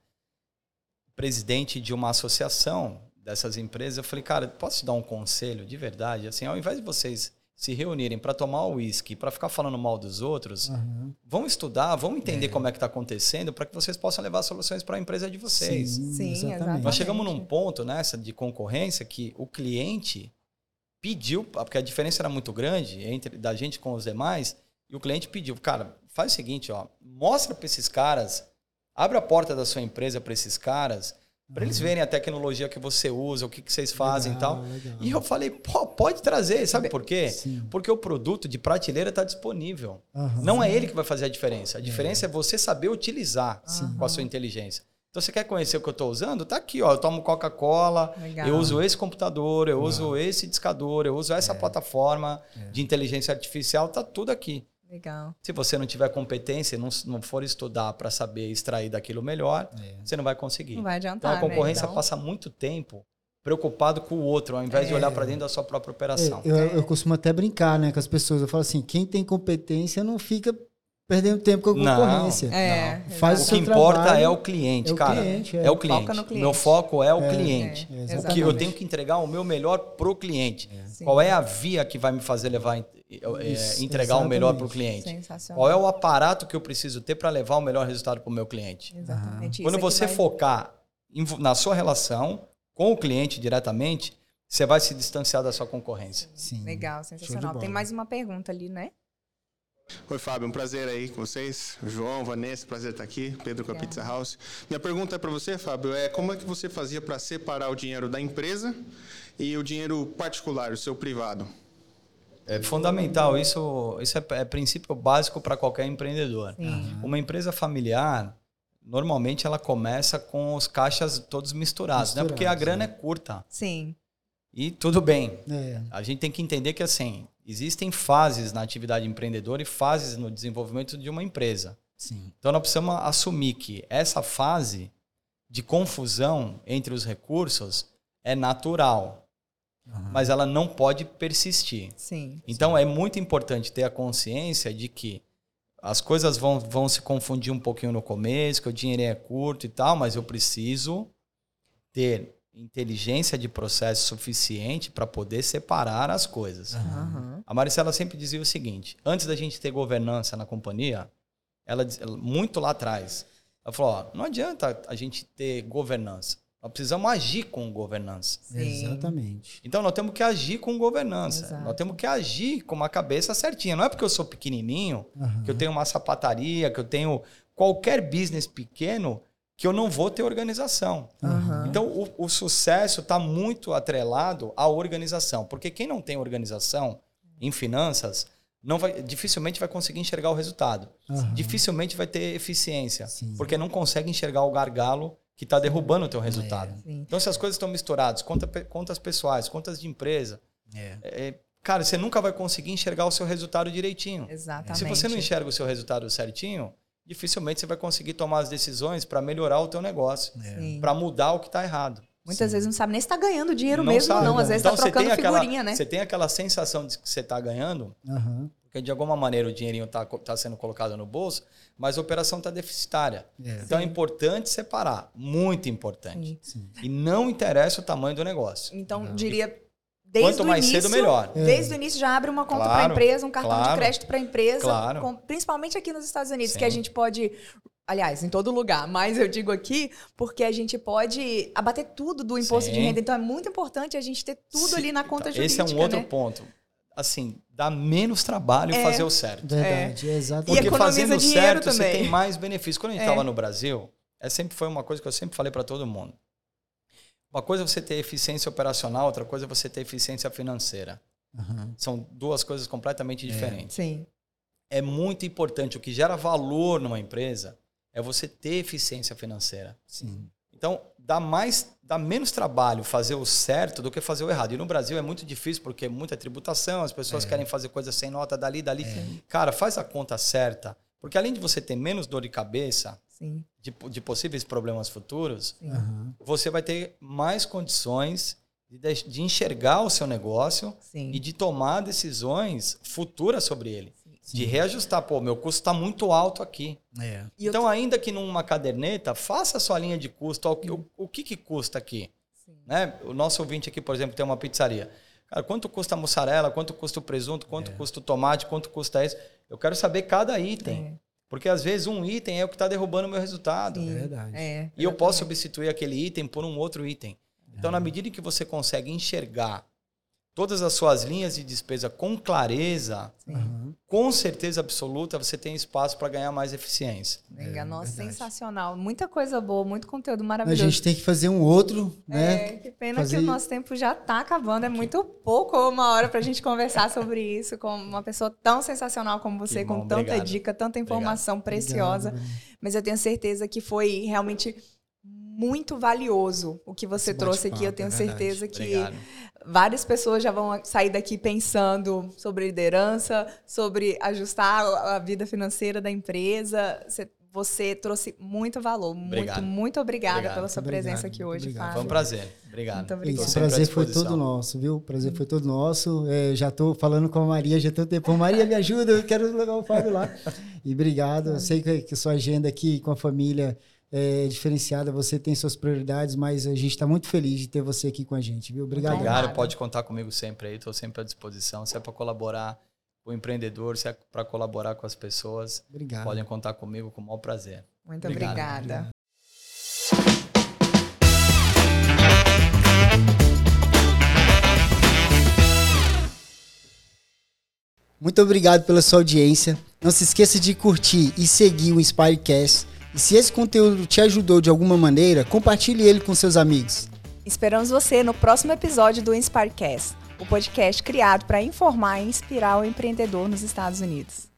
[SPEAKER 3] presidente de uma associação dessas empresas, eu falei, cara, posso te dar um conselho de verdade? Assim, ao invés de vocês se reunirem para tomar uísque, para ficar falando mal dos outros,
[SPEAKER 1] Aham.
[SPEAKER 3] vão estudar, vão entender como é que está acontecendo para que vocês possam levar soluções para a empresa de vocês.
[SPEAKER 1] Sim,
[SPEAKER 2] Sim,
[SPEAKER 1] exatamente.
[SPEAKER 2] exatamente.
[SPEAKER 3] Nós chegamos num ponto nessa de concorrência que o cliente pediu, porque a diferença era muito grande entre da gente com os demais, e o cliente pediu, cara, faz o seguinte, ó, mostra para esses caras, abre a porta da sua empresa para esses caras, para eles verem a tecnologia que você usa, o que, que vocês fazem
[SPEAKER 1] Legal,
[SPEAKER 3] e tal.
[SPEAKER 1] legal.
[SPEAKER 3] E eu falei, pô, pode trazer, sabe por quê?
[SPEAKER 1] Sim.
[SPEAKER 3] Porque o produto de prateleira está disponível.
[SPEAKER 1] Aham.
[SPEAKER 3] Não é ele que vai fazer a diferença. A diferença é, você saber utilizar
[SPEAKER 2] Sim.
[SPEAKER 3] com a sua inteligência. Então, você quer conhecer o que eu estou usando? Tá aqui, ó. Eu tomo Coca-Cola,
[SPEAKER 2] Legal.
[SPEAKER 3] eu uso esse computador, eu uso esse discador, eu uso essa plataforma de inteligência artificial, tá tudo aqui.
[SPEAKER 2] Legal.
[SPEAKER 3] Se você não tiver competência, não, não for estudar para saber extrair daquilo melhor, você não vai conseguir.
[SPEAKER 2] Não vai adiantar,
[SPEAKER 3] Então, a concorrência
[SPEAKER 2] né? Então,
[SPEAKER 3] passa muito tempo preocupado com o outro, ao invés de
[SPEAKER 2] É.
[SPEAKER 3] olhar para dentro da sua própria operação.
[SPEAKER 1] É, eu, eu costumo até brincar, né, com as pessoas. Eu falo assim, quem tem competência não fica perdendo tempo com a
[SPEAKER 3] Não,
[SPEAKER 1] concorrência.
[SPEAKER 2] É,
[SPEAKER 1] Faz
[SPEAKER 3] O
[SPEAKER 1] o
[SPEAKER 3] que
[SPEAKER 1] seu
[SPEAKER 3] importa
[SPEAKER 1] trabalho,
[SPEAKER 3] é o cliente,
[SPEAKER 1] é o
[SPEAKER 3] cara.
[SPEAKER 1] cliente,
[SPEAKER 3] é.
[SPEAKER 1] é.
[SPEAKER 3] o cliente.
[SPEAKER 2] Foca no cliente.
[SPEAKER 3] Meu foco é o
[SPEAKER 1] É,
[SPEAKER 3] cliente.
[SPEAKER 1] é,
[SPEAKER 3] O
[SPEAKER 1] exatamente.
[SPEAKER 3] que eu tenho que entregar o meu melhor pro cliente.
[SPEAKER 2] Sim.
[SPEAKER 3] Qual é a via que vai me fazer levar, é,
[SPEAKER 1] Isso,
[SPEAKER 3] entregar o melhor
[SPEAKER 1] exatamente.
[SPEAKER 3] pro cliente?
[SPEAKER 2] Sensacional.
[SPEAKER 3] Qual é o aparato que eu preciso ter para levar o melhor resultado pro meu cliente?
[SPEAKER 2] Exatamente.
[SPEAKER 3] Quando
[SPEAKER 2] Isso é que
[SPEAKER 3] você
[SPEAKER 2] vai-
[SPEAKER 3] focar em vo- na sua relação com o cliente diretamente, você vai se distanciar da sua concorrência.
[SPEAKER 1] Sim.
[SPEAKER 2] Legal,
[SPEAKER 1] Show de
[SPEAKER 2] sensacional.
[SPEAKER 1] bola.
[SPEAKER 2] Tem mais uma pergunta ali, né?
[SPEAKER 10] Oi, Fábio, um prazer aí com vocês. João, Vanessa, prazer estar aqui. Pedro com a Pizza House. Minha pergunta é para você, Fábio, é como é que você fazia para separar o dinheiro da empresa e o dinheiro particular, o seu privado?
[SPEAKER 3] É fundamental, isso, isso é, é princípio básico para qualquer empreendedor.
[SPEAKER 2] Sim.
[SPEAKER 3] Uma empresa familiar, normalmente ela começa com os caixas todos misturados, né? Porque a
[SPEAKER 1] Misturados,
[SPEAKER 3] grana
[SPEAKER 1] né?
[SPEAKER 3] é curta.
[SPEAKER 2] Sim.
[SPEAKER 3] E tudo bem.
[SPEAKER 1] É.
[SPEAKER 3] A gente tem que entender que assim, existem fases na atividade empreendedora e fases no desenvolvimento de uma empresa.
[SPEAKER 1] Sim.
[SPEAKER 3] Então nós precisamos assumir que essa fase de confusão entre os recursos é natural, mas ela não pode persistir.
[SPEAKER 2] Sim.
[SPEAKER 3] Então é muito importante ter a consciência de que as coisas vão, vão se confundir um pouquinho no começo, que o dinheiro é curto e tal, mas eu preciso ter inteligência de processo suficiente para poder separar as coisas.
[SPEAKER 2] Aham.
[SPEAKER 3] A Maricela sempre dizia o seguinte, antes da gente ter governança na companhia, ela, diz- ela- muito lá atrás, ela falou, ó, não adianta a gente ter governança, nós precisamos agir com governança.
[SPEAKER 2] Sim.
[SPEAKER 1] Exatamente.
[SPEAKER 3] Então, nós temos que agir com governança.
[SPEAKER 2] Exato.
[SPEAKER 3] Nós temos que agir com uma cabeça certinha. Não é porque eu sou pequenininho,
[SPEAKER 1] Aham.
[SPEAKER 3] que eu tenho uma sapataria, que eu tenho qualquer business pequeno, que eu não vou ter organização.
[SPEAKER 2] Aham.
[SPEAKER 3] Então, o, o sucesso está muito atrelado à organização. Porque quem não tem organização em finanças, não vai, dificilmente vai conseguir enxergar o resultado.
[SPEAKER 1] Aham.
[SPEAKER 3] Dificilmente vai ter eficiência.
[SPEAKER 1] Sim.
[SPEAKER 3] Porque não consegue enxergar o gargalo que está derrubando o teu resultado.
[SPEAKER 2] Sim.
[SPEAKER 3] Então, se as coisas estão misturadas, conta, contas pessoais, contas de empresa,
[SPEAKER 1] É.
[SPEAKER 3] é, cara, você nunca vai conseguir enxergar o seu resultado direitinho.
[SPEAKER 2] Exatamente.
[SPEAKER 3] Se você não enxerga o seu resultado certinho, dificilmente você vai conseguir tomar as decisões para melhorar o teu negócio,
[SPEAKER 2] Sim.
[SPEAKER 3] para mudar o que está errado.
[SPEAKER 2] Muitas vezes não sabe nem se está ganhando dinheiro
[SPEAKER 3] Não
[SPEAKER 2] mesmo ou
[SPEAKER 3] sabe.
[SPEAKER 2] não. Às vezes
[SPEAKER 3] Então,
[SPEAKER 2] está
[SPEAKER 3] você
[SPEAKER 2] trocando
[SPEAKER 3] tem aquela-
[SPEAKER 2] figurinha, né?
[SPEAKER 3] Você tem aquela sensação de que você está ganhando,
[SPEAKER 1] Aham.
[SPEAKER 3] porque de alguma maneira o dinheirinho está tá sendo colocado no bolso, mas a operação está deficitária.
[SPEAKER 1] É.
[SPEAKER 3] Então é importante separar, muito importante.
[SPEAKER 1] Sim.
[SPEAKER 3] E não interessa o tamanho do negócio.
[SPEAKER 2] Então, diria, desde
[SPEAKER 3] Quanto
[SPEAKER 2] o
[SPEAKER 3] mais
[SPEAKER 2] início,
[SPEAKER 3] cedo, melhor.
[SPEAKER 2] Desde o início já abre uma conta para
[SPEAKER 3] Claro,
[SPEAKER 2] a empresa, um cartão
[SPEAKER 3] claro,
[SPEAKER 2] de crédito para a empresa,
[SPEAKER 3] claro.
[SPEAKER 2] com- principalmente aqui nos Estados Unidos,
[SPEAKER 3] Sim.
[SPEAKER 2] que a gente pode... Aliás, em todo lugar, mas eu digo aqui porque a gente pode abater tudo do imposto
[SPEAKER 3] Sim.
[SPEAKER 2] de renda. Então é muito importante a gente ter tudo
[SPEAKER 3] Se-
[SPEAKER 2] ali na conta
[SPEAKER 3] então,
[SPEAKER 2] jurídica,
[SPEAKER 3] esse é um outro
[SPEAKER 2] né?
[SPEAKER 3] ponto. Assim, dá menos trabalho
[SPEAKER 2] É.
[SPEAKER 3] fazer o certo.
[SPEAKER 1] Verdade, é. exatamente.
[SPEAKER 2] E
[SPEAKER 3] Porque
[SPEAKER 2] economiza
[SPEAKER 3] fazendo
[SPEAKER 2] dinheiro
[SPEAKER 3] certo, você
[SPEAKER 2] também.
[SPEAKER 3] tem mais benefício. Quando a gente
[SPEAKER 2] É.
[SPEAKER 3] estava no Brasil, é sempre foi uma coisa que eu sempre falei para todo mundo. Uma coisa é você ter eficiência operacional, outra coisa é você ter eficiência financeira.
[SPEAKER 1] Aham.
[SPEAKER 3] São duas coisas completamente diferentes.
[SPEAKER 2] Sim.
[SPEAKER 3] É muito importante. O que gera valor numa empresa é você ter eficiência financeira.
[SPEAKER 1] Sim.
[SPEAKER 3] Então, Então, dá, mais, dá menos trabalho fazer o certo do que fazer o errado. E no Brasil é muito difícil, porque é muita tributação, as pessoas é. querem fazer coisas sem nota dali, dali. É. Cara, faz a conta certa, porque além de você ter menos dor de cabeça, Sim. De, de possíveis problemas futuros, uhum. você vai ter mais condições de, de enxergar o seu negócio Sim. e de tomar decisões futuras sobre ele. Sim. De reajustar. Pô, meu custo está muito alto aqui. É. Então, ainda que numa caderneta, faça a sua linha de custo. O, o, o que, que custa aqui? Né? O nosso ouvinte aqui, por exemplo, tem uma pizzaria. Cara, quanto custa a mussarela? Quanto custa o presunto? Quanto é. custa o tomate? Quanto custa isso? Eu quero saber cada item. É. Porque, às vezes, um item é o que está derrubando o meu resultado.
[SPEAKER 1] Sim. É verdade.
[SPEAKER 2] É.
[SPEAKER 3] E eu posso substituir aquele item por um outro item. Então, na medida que você consegue enxergar todas as suas linhas de despesa com clareza, uhum. com certeza absoluta, você tem espaço para ganhar mais eficiência.
[SPEAKER 2] É, Nossa, verdade. Sensacional. Muita coisa boa, muito conteúdo maravilhoso.
[SPEAKER 1] A gente tem que fazer um outro, né?
[SPEAKER 2] É, que pena
[SPEAKER 1] fazer...
[SPEAKER 2] que o nosso tempo já está acabando. É muito pouco uma hora para a gente conversar sobre isso com uma pessoa tão sensacional como você, que com bom, tanta obrigado. dica, tanta informação obrigado. preciosa. Obrigado. Mas eu tenho certeza que foi realmente muito valioso o que você Esse trouxe aqui. Eu tenho é certeza que Obrigado. várias pessoas já vão sair daqui pensando sobre liderança, sobre ajustar a vida financeira da empresa. Você, você trouxe muito valor.
[SPEAKER 3] Obrigado.
[SPEAKER 2] Muito, muito obrigada
[SPEAKER 3] obrigado.
[SPEAKER 2] pela sua
[SPEAKER 1] obrigado.
[SPEAKER 2] presença aqui hoje, Fábio.
[SPEAKER 3] Foi um prazer. Obrigado.
[SPEAKER 2] Muito obrigada.
[SPEAKER 1] Esse prazer foi todo nosso, viu? O prazer foi todo nosso. É, já estou falando com a Maria já tem tempo. Maria, me ajuda, eu quero levar o Fábio lá. E obrigado. Eu sei que, que sua agenda aqui com a família é diferenciada, você tem suas prioridades, mas a gente está muito feliz de ter você aqui com a gente, viu? Obrigado.
[SPEAKER 3] Obrigado, pode contar comigo sempre aí, estou sempre à disposição. Se é para colaborar com o empreendedor, se é para colaborar com as pessoas,
[SPEAKER 1] Obrigado.
[SPEAKER 3] podem contar comigo com o maior prazer.
[SPEAKER 2] Muito Obrigado. obrigada.
[SPEAKER 1] Muito obrigado pela sua audiência. Não se esqueça de curtir e seguir o Inspirecast. E se esse conteúdo te ajudou de alguma maneira, compartilhe ele com seus amigos.
[SPEAKER 2] Esperamos você no próximo episódio do Inspirecast, o podcast criado para informar e inspirar o empreendedor nos Estados Unidos.